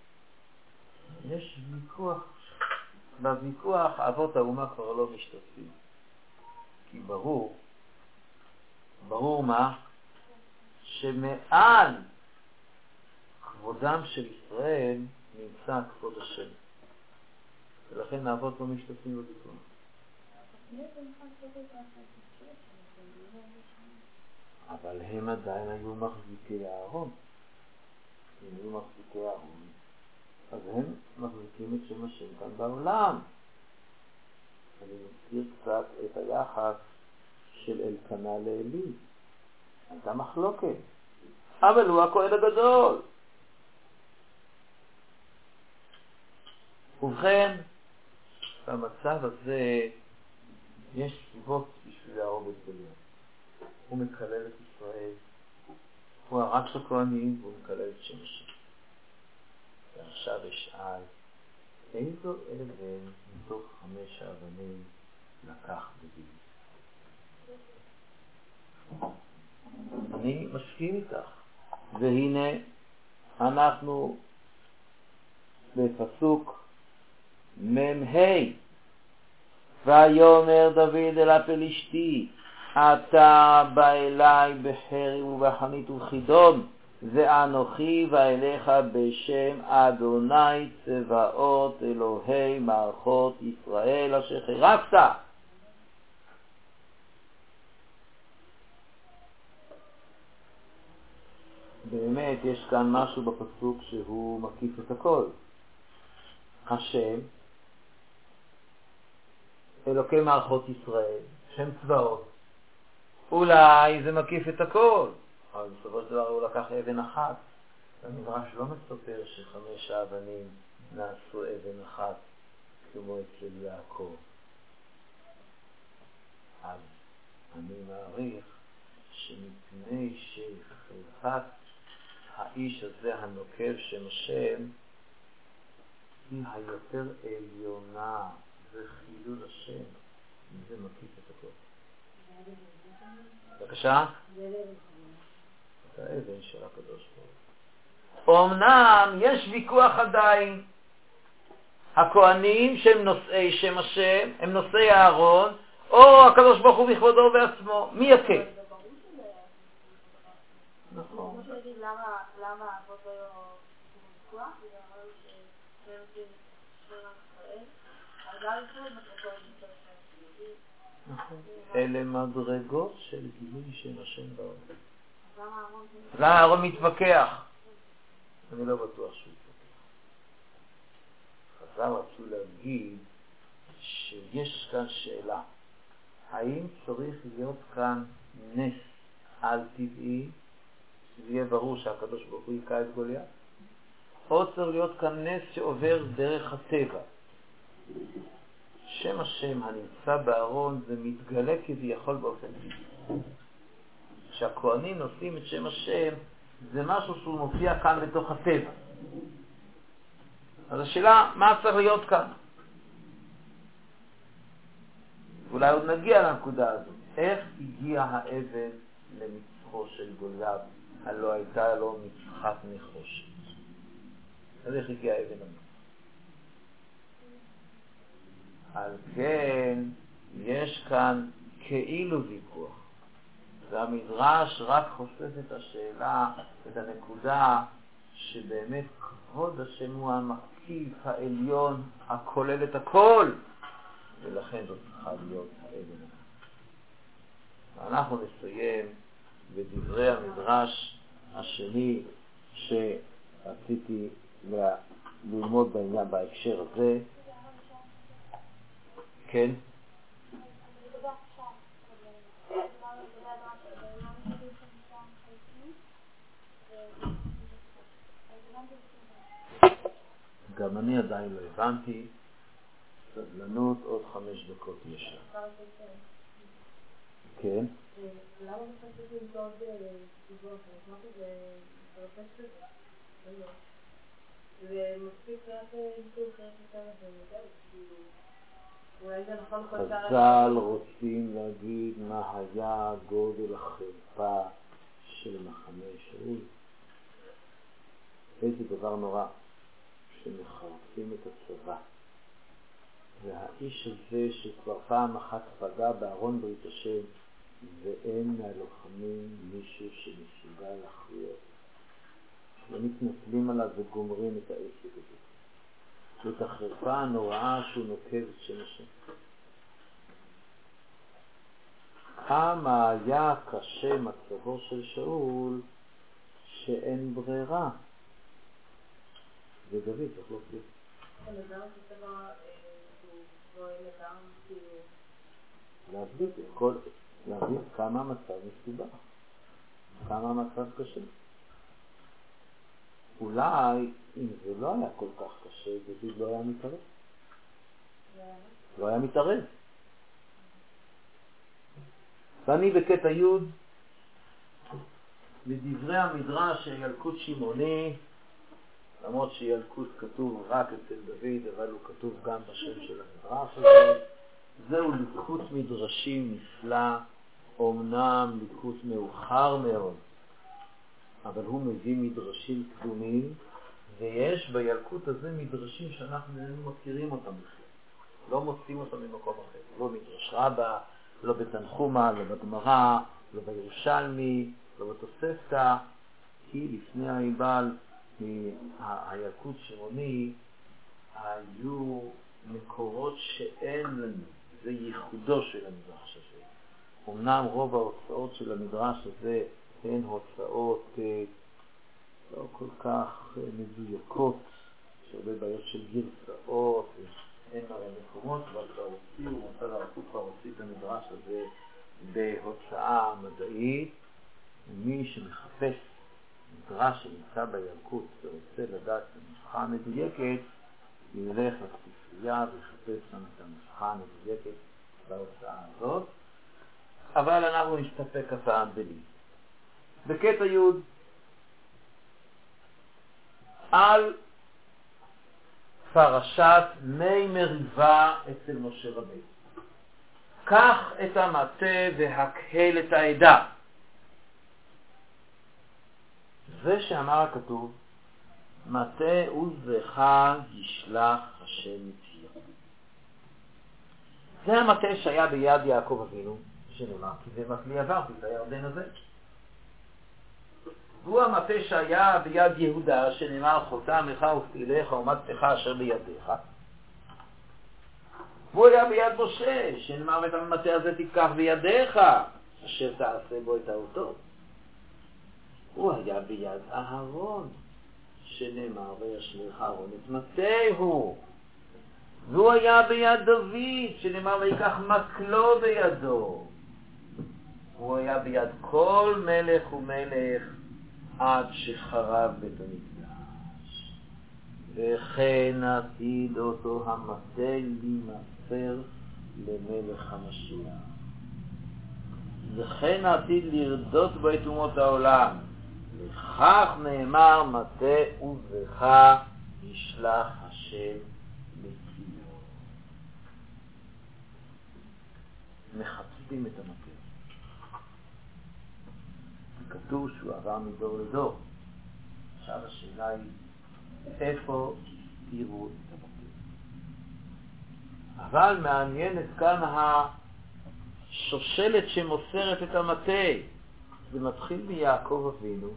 יש ויכוח. בוויכוח אבות האומה כבר לא משתתפים. כי ברור, ברור מה? שמעל כבודם של ישראל נמצא כבוד השם. ולכן האבות לא משתתפים בוויכוח. אבל הם עדיין היו מחזיקי הארון. הם היו מחזיקי הארון. אז הם מחזיקים את שם השם כאן בעולם. אני מזכיר קצת את היחס של אלקנה לאלי. הייתה מחלוקת. אבל הוא הכהן הגדול. ובכן, במצב הזה יש סיבות בשביל להרוג את גוליית. הוא מקלל את ישראל, הוא הרג של הכהנים והוא מקלל את שם השם. ועכשיו אשאל, איזו אבן מתוך חמש האבנים לקח דוד? אני מסכים איתך. והנה אנחנו בפסוק מ"ה, ויאמר דוד אל הפלישתי, אתה בא אליי בחרב ובחנית ובחידון, ואנוכי ואליך בשם אדוני צבאות אלוהי מערכות ישראל אשר חירפת. באמת יש כאן משהו בפסוק שהוא מקיף את הכל. השם אלוקי מערכות ישראל, שם צבאות, אולי זה מקיף את הכל, אבל בסופו של דבר הוא לקח אבן אחת. המדרש לא מספר שחמש האבנים נעשו אבן אחת כמו אצל יעקב. אז אני מעריך שמפני שחרפת האיש הזה הנוקב שם השם היא היותר עליונה וחילול השם, זה מקיף את הכל. בבקשה? את האבן של הקדוש ברוך הוא. אמנם יש ויכוח עדיין. הכהנים שהם נושאי שם השם, הם נושאי הארון, או הקדוש ברוך הוא בכבודו ובעצמו. מי יקל? נכון. למה אבות היו ויכוח? וגם אמרו שהם עושים שם ישראל, אז גם יש להם מחלקות יותר שם. נכון. אלה מדרגות של גילוי שם השם בעולם. למה אהרון מתווכח? אני לא בטוח שהוא מתווכח. חז"ל רצו להגיד שיש כאן שאלה. האם צריך להיות כאן נס על טבעי, שזה יהיה ברור שהקדוש ברוך הוא יקע את גוליית? או צריך להיות כאן נס שעובר דרך הטבע? שם השם הנמצא בארון זה מתגלה כביכול באופן טבעי. כשהכהנים נושאים את שם השם, זה משהו שהוא מופיע כאן בתוך הטבע. אז השאלה, מה צריך להיות כאן? אולי עוד נגיע לנקודה הזאת. איך הגיע האבן למצחו של גוליית, הלא הייתה לו מצחת נחושת? אז איך הגיע האבן למצח? על כן, יש כאן כאילו ויכוח. והמדרש רק חושף את השאלה, את הנקודה, שבאמת כבוד השם הוא המקיף העליון, הכולל את הכל, ולכן זאת צריכה להיות האבן. אנחנו נסיים בדברי המדרש השני שרציתי ללמוד בעניין בהקשר הזה. כן? גם אני עדיין לא הבנתי. סבלנות, עוד חמש דקות יש לה. כן? למה מחשבים למצוא עוד סיבות? אני חושבת שזה פרפקט כזה. זה מספיק רק איתור חרף יותר וזהו, כאילו אולי זה נכון כל שאר... חז"ל רוצים להגיד מה היה גודל החרפה של מחנה שאול. איזה דבר נורא שמחרפים את הצבא. והאיש הזה שכבר פעם אחת פגע בארון ברית השם, ואין מהלוחמים מישהו שמסוגל להכריע. ומתנצלים עליו וגומרים את העסק הזה. ואת החרפה הנוראה שהוא נוקב את שם השם. כמה היה קשה מצבו של שאול שאין ברירה. ודוד, צריך להוסיף. להבליט את כל, להבין כמה המצב מסובך, כמה המצב קשה. אולי אם זה לא היה כל כך קשה, דוד לא היה מתערב. לא היה מתערב. ואני בקטע י' בדברי המדרש של ילקוט שמעוני, למרות שילקוט כתוב רק אצל דוד, אבל הוא כתוב גם בשם של המדרש הזה. זהו ליקוט מדרשים נפלא, אומנם ליקוט מאוחר מאוד, אבל הוא מביא מדרשים קדומים, ויש בילקוט הזה מדרשים שאנחנו איננו מכירים אותם בכלל. לא מוצאים אותם ממקום אחר. לא מדרש רבה, לא בתנחומה, לא בגמרא, לא בירושלמי, לא בתוספתא, כי לפני העיבל הילקוט שמעוני היו מקורות שאין לנו. זה ייחודו של המדרש הזה. אמנם רוב ההוצאות של המדרש הזה הן הוצאות אה, לא כל כך אה, מדויקות, יש הרבה בעיות של גרסאות, אין הרי מקומות, אבל כבר הוציאו, מוסד הרב כבר הוציא את המדרש הזה בהוצאה מדעית. ומי שמחפש מדרש שנמצא בילקוט ורוצה לדעת את הנוסחה המדויקת, ילך לספרייה ויחפש שם את הנוסחה המדויקת בהוצאה הזאת. אבל אנחנו נסתפק הפעם בלי. בקטע י' על פרשת מי מריבה אצל משה רבינו. קח את המטה והקהל את העדה. זה שאמר הכתוב, מטה עוזך ישלח השם מציון. זה המטה שהיה ביד יעקב אבינו, שנאמר, כי זה מטלי עברתי את הירדן הזה. והוא המטה שהיה ביד יהודה, שנאמר, חותמך ופעיליך ומטתך אשר בידיך. והוא היה ביד משה, שנאמר, ואת המטה הזה תיקח בידיך, אשר תעשה בו את האותות. הוא היה ביד אהרון, שנאמר, וישליך אהרון את מטהו. והוא היה ביד דוד, שנאמר, ויקח מקלו בידו. הוא היה ביד כל מלך ומלך עד שחרב בית המקדש. וכן עתיד אותו המטה להימסר למלך המשיח. וכן עתיד לרדות בו את אומות העולם. לכך נאמר, מטה עוזך ישלח השם לציון. מחפשים את המטה. כתוב שהוא עבר מדור לדור. עכשיו השאלה היא, איפה תראו את המטה? אבל מעניינת כאן השושלת שמוסרת את המטה. זה מתחיל מיעקב אבינו,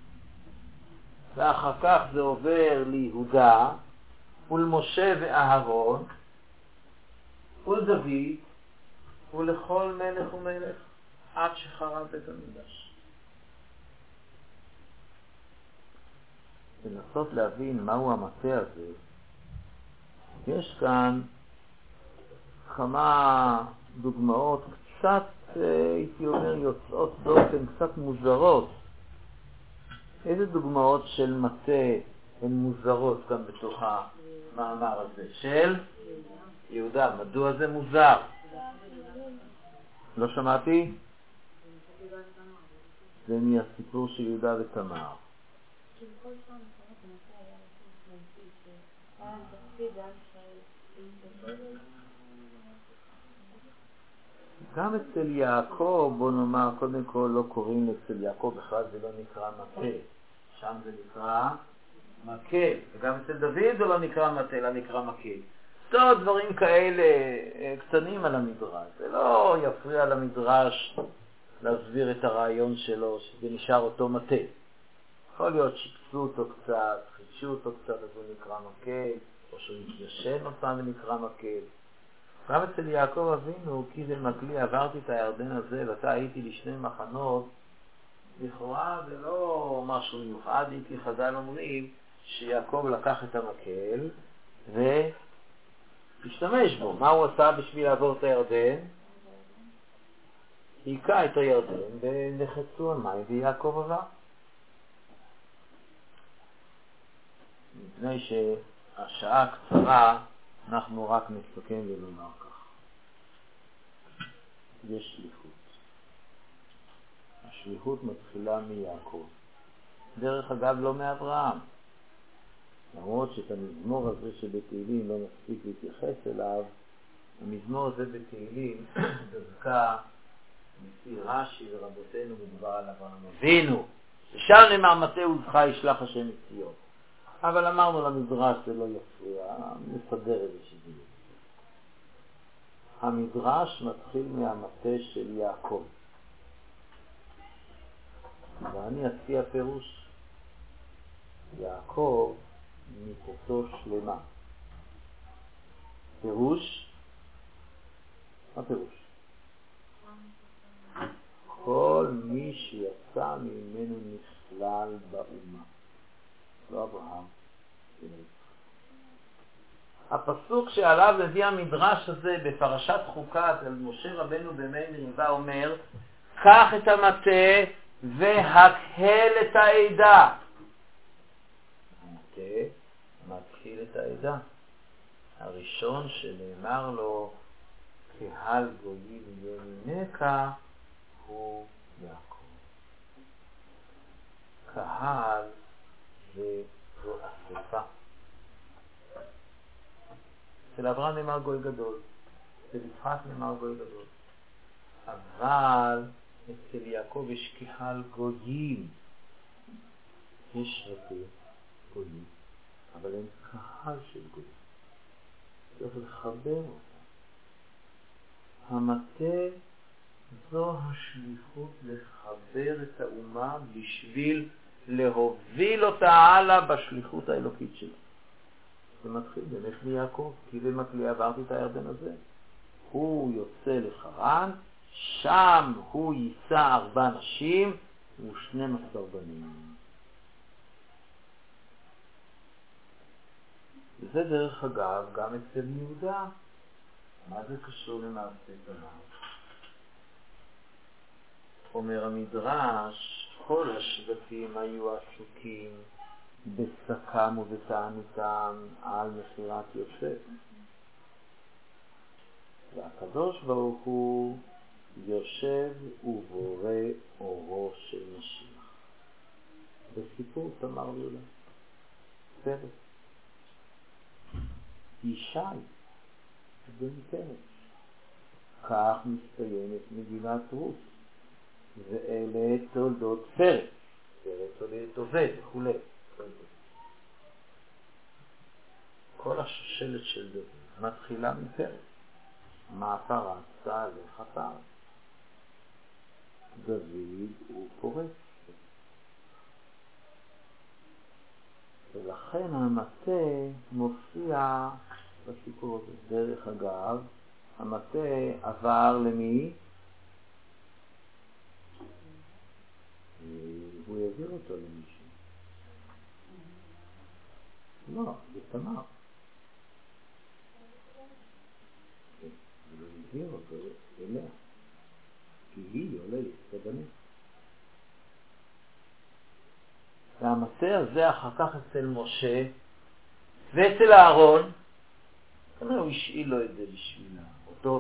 ואחר כך זה עובר ליהודה, ולמשה ואהרון, ולדוד, ולכל מלך ומלך, עד שחרב בית המקדש. לנסות להבין מהו המטה הזה, יש כאן כמה דוגמאות קצת, הייתי אומר, יוצאות דופן, קצת מוזרות. איזה דוגמאות של מטה הן מוזרות גם בתוך המאמר הזה? של יהודה. מדוע זה מוזר? לא שמעתי? זה מהסיפור של יהודה ותמר. גם אצל יעקב, בוא נאמר, קודם כל לא קוראים אצל יעקב, בכלל זה לא נקרא מטה, שם זה נקרא מקל, וגם אצל דוד זה לא נקרא מטה, אלא נקרא מקל. טוב, דברים כאלה קטנים על המדרש, זה לא יפריע למדרש להסביר את הרעיון שלו, שזה נשאר אותו מטה. יכול להיות שיקסו אותו קצת, חידשו אותו קצת, אז הוא נקרא מקל, או שהוא יתיישן אותם ונקרא מקל. גם אצל יעקב אבינו, כי זה מקלי, עברתי את הירדן הזה ואתה הייתי לשני מחנות, לכאורה זה לא משהו מיוחד, כי חז"ל אומרים שיעקב לקח את המקל והשתמש בו. מה הוא עשה בשביל לעבור את הירדן? היכה את הירדן ונחצו המים ויעקב עבר. מפני שהשעה קצרה, אנחנו רק נסתכל ולומר כך. יש שליחות. השליחות מתחילה מיעקב. דרך אגב לא מאברהם. למרות שאת המזמור הזה שבתהילים לא מספיק להתייחס אליו, המזמור הזה בתהילים דווקא לפי רש"י ורבותינו מדובר על אברהם אבינו. ושם נאמר מטה עוזך ישלח השם את ציון. אבל אמרנו למדרש זה לא יפריע, נסדר את זה שזה יהיה. המדרש מתחיל מהמטה של יעקב. ואני אציע פירוש. יעקב מיתתו שלמה. פירוש? מה פירוש? כל מי שיצא ממנו נכלל באומה. לא אברהם. הפסוק שעליו הביא המדרש הזה בפרשת חוקת על משה רבנו במי מריבה אומר, קח את המטה והקהל את העדה. המטה מקהיל את העדה. הראשון שנאמר לו קהל גויים ימינך הוא יעקב. קהל זו אספה. אצל אברהם נאמר גוי גדול, אצל יצחק נאמר גוי גדול. אבל אצל יעקב יש קהל גויים. יש שבטי גויים, אבל אין קהל של גויים. צריך לחבר אותם. המטה זו השליחות לחבר את האומה בשביל להוביל אותה הלאה בשליחות האלוקית שלה. זה מתחיל בנך ליעקב, כי במקלי עברתי את הירדן הזה. הוא יוצא לחרן, שם הוא יישא ארבע נשים ושנים עשר בנים. וזה דרך אגב גם אצל יהודה. מה זה קשור למעשה תנ"ך? אומר המדרש, כל השבטים היו עסוקים בסקם ובתענותם על מחירת יוסף. והקדוש ברוך הוא יושב ובורא אורו של משיח. בסיפור תמר ויהודה. פרס. ישי. בן פרס. כך מסתיימת מגילת רות. ואלה תולדות פרס. פרס תולדת עובד וכו'. כל השושלת של דוד מתחילה מפרס. מה פרצת עליך פרס? דוד הוא פורץ. ולכן המטה מופיע בסיפור הזה. דרך אגב, המטה עבר למי? הוא העביר אותו למישהו. לא, זה תמר. הוא העביר אותו אליה. כי היא יולדת את הבנים. והמטה הזה אחר כך אצל משה ואצל אהרון, כנראה הוא השאיל לו את זה בשבילה, אותו.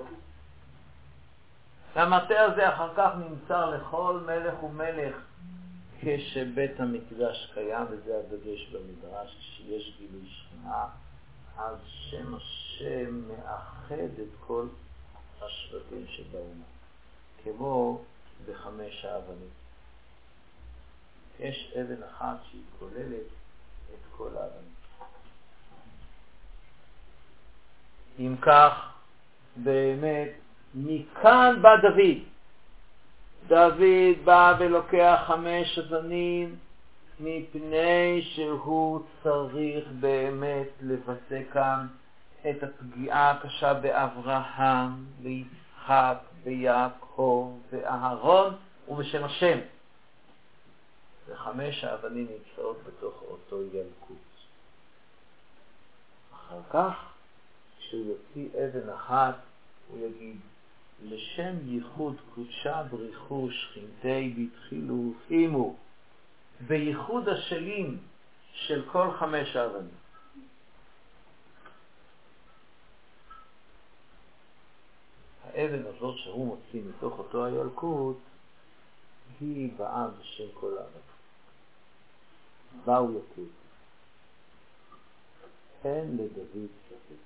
והמטה הזה אחר כך נמצא לכל מלך ומלך כשבית המקדש קיים, וזה הדגש במדרש, כשיש גילוי שכינה, אז שם השם מאחד את כל השבטים שבאומה, כמו בחמש האבנים. יש אבן אחת שהיא כוללת את כל האבנים. אם כך, באמת, מכאן בא דוד. דוד בא ולוקח חמש אבנים, מפני שהוא צריך באמת לבטא כאן את הפגיעה הקשה באברהם, ביצחק, ביעקב, באהרון ובשם השם. וחמש האבנים נמצאות בתוך אותו ילקוט. אחר כך, כשהוא יוציא אבן אחת, הוא יגיד, לשם ייחוד קודשה בריחו שכינתי בתחילו חימו, בייחוד השלים של כל חמש האבנים. האבן הזאת שהוא מוציא מתוך אותו הילקוט, היא באה בשם כל האבנים. באו יקוט. אין לדוד ספק.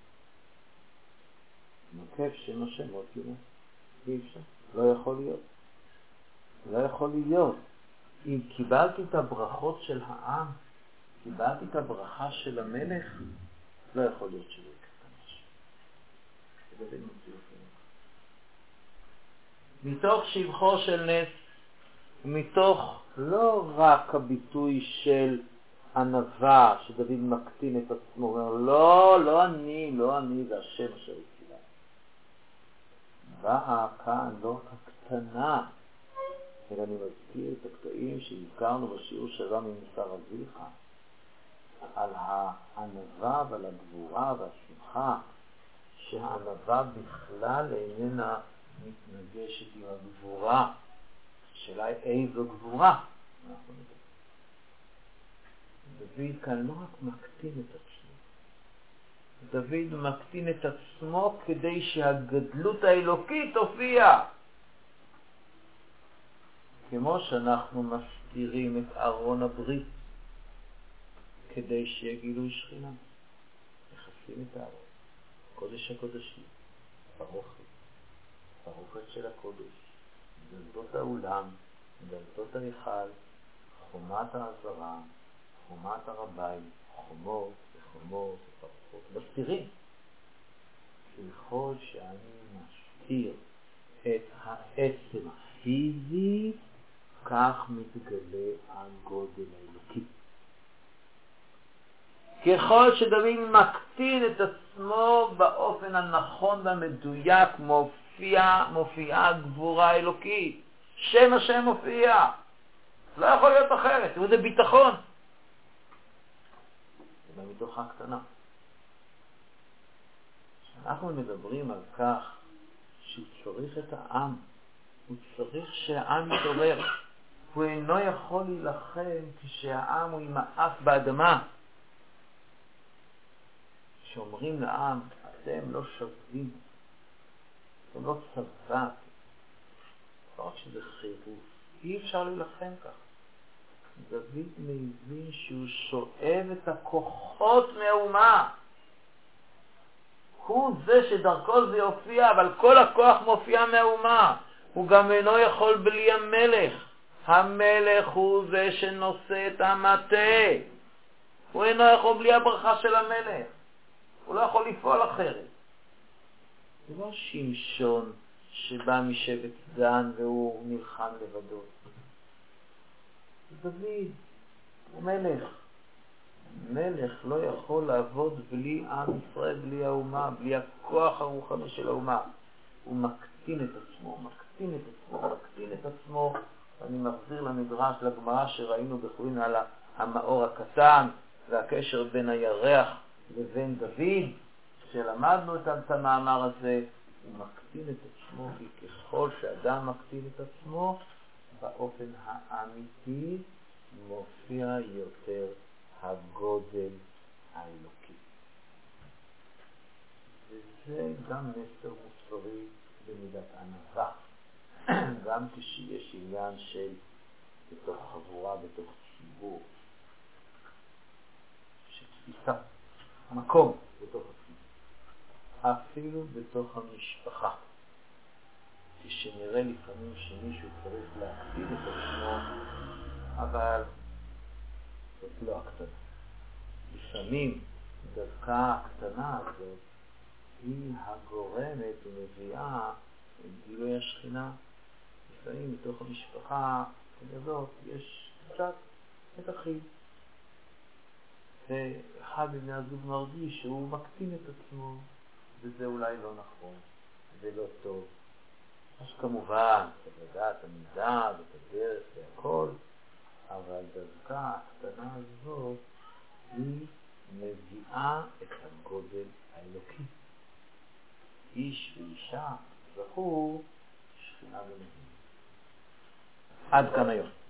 נוקף שם השמות יומה. אי אפשר. לא יכול להיות. לא יכול להיות. אם קיבלתי את הברכות של העם, קיבלתי את הברכה של המלך, לא יכול להיות שלא יקטן משהו. דוד מוציא אותנו. מתוך שבחו של נס, מתוך לא רק הביטוי של ענווה, שדוד מקטין את עצמו, הוא אומר, לא, לא אני, לא אני, זה השם אשר הצילה. באה כאן לא הקטנה, אלא אני מזכיר את הקטעים שהזכרנו בשיעור שלה ממוסר אביך, על הענווה ועל הגבורה והשמחה, שהענווה בכלל איננה מתנגשת עם הגבורה. השאלה היא איזו גבורה. דוד כאן לא רק מקטין את עצמו, דוד מקטין את עצמו כדי שהגדלות האלוקית תופיע. כמו שאנחנו מסתירים את ארון הברית כדי שיהיה גילוי שכינה. מחפשים את הארון, קודש הקודשים, פרוכת, פרוכת של הקודש, דלתות האולם, דלתות ההיכל, חומת העזרה, חומת הרביים, חומות וחומות ופרוכות. מסתירים. ככל שאני מסתיר את העצם הפיזי, כך מתגלה הגודל האלוקי. ככל שדוד מקטין את עצמו באופן הנכון והמדויק, מופיע, מופיעה הגבורה האלוקית. שם השם מופיע. לא יכול להיות אחרת. זה ביטחון. זה מתוך הקטנה. כשאנחנו מדברים על כך שהוא צריך את העם, הוא צריך שהעם יתעורר. הוא אינו יכול להילחם כשהעם הוא עם האף באדמה. כשאומרים לעם, אתם לא שווים, אתם לא צבא, לא רק שזה חירוף, אי אפשר להילחם כך. דוד מבין שהוא שואב את הכוחות מהאומה. הוא זה שדרכו זה יופיע, אבל כל הכוח מופיע מהאומה. הוא גם אינו יכול בלי המלך. המלך הוא זה שנושא את המטה. הוא אינו יכול בלי הברכה של המלך. הוא לא יכול לפעול אחרת. זה לא שמשון שבא משבט דן והוא נלחם לבדו. זה דוד, הוא מלך. מלך לא יכול לעבוד בלי עם ישראל, בלי האומה, בלי הכוח הרוחני של האומה. הוא מקטין את עצמו, מקטין את עצמו, מקטין את עצמו. אני מחזיר למדרש, לגמרא שראינו בחורין על המאור הקטן, והקשר בין הירח לבין דוד, כשלמדנו את המאמר הזה, הוא מקטין את עצמו, כי ככל שאדם מקטין את עצמו, באופן האמיתי מופיע יותר הגודל האלוקי. וזה גם מסר מוסרי במידת ענווה. גם כשיש עניין של בתוך חבורה, בתוך ציבור, של תפיסה, מקום בתוך הציבור, אפילו בתוך המשפחה. כשנראה לפעמים שמישהו צריך להקטין את עצמו, אבל זאת לא הקטנה. לפעמים דווקא הקטנה הזאת היא הגורמת ומביאה עם גילוי השכינה. לפעמים בתוך המשפחה הזאת יש קצת מתחים. ואחד מבני הזוג מרגיש שהוא מקטין את עצמו, וזה אולי לא נכון, זה לא טוב. אז כמובן, צריך לדעת את המידה ואת הדרך והכל, אבל דווקא הקטנה הזאת היא מביאה את הגודל האלוקי. איש ואישה זכו שכינה ביניהם. עד כאן היום.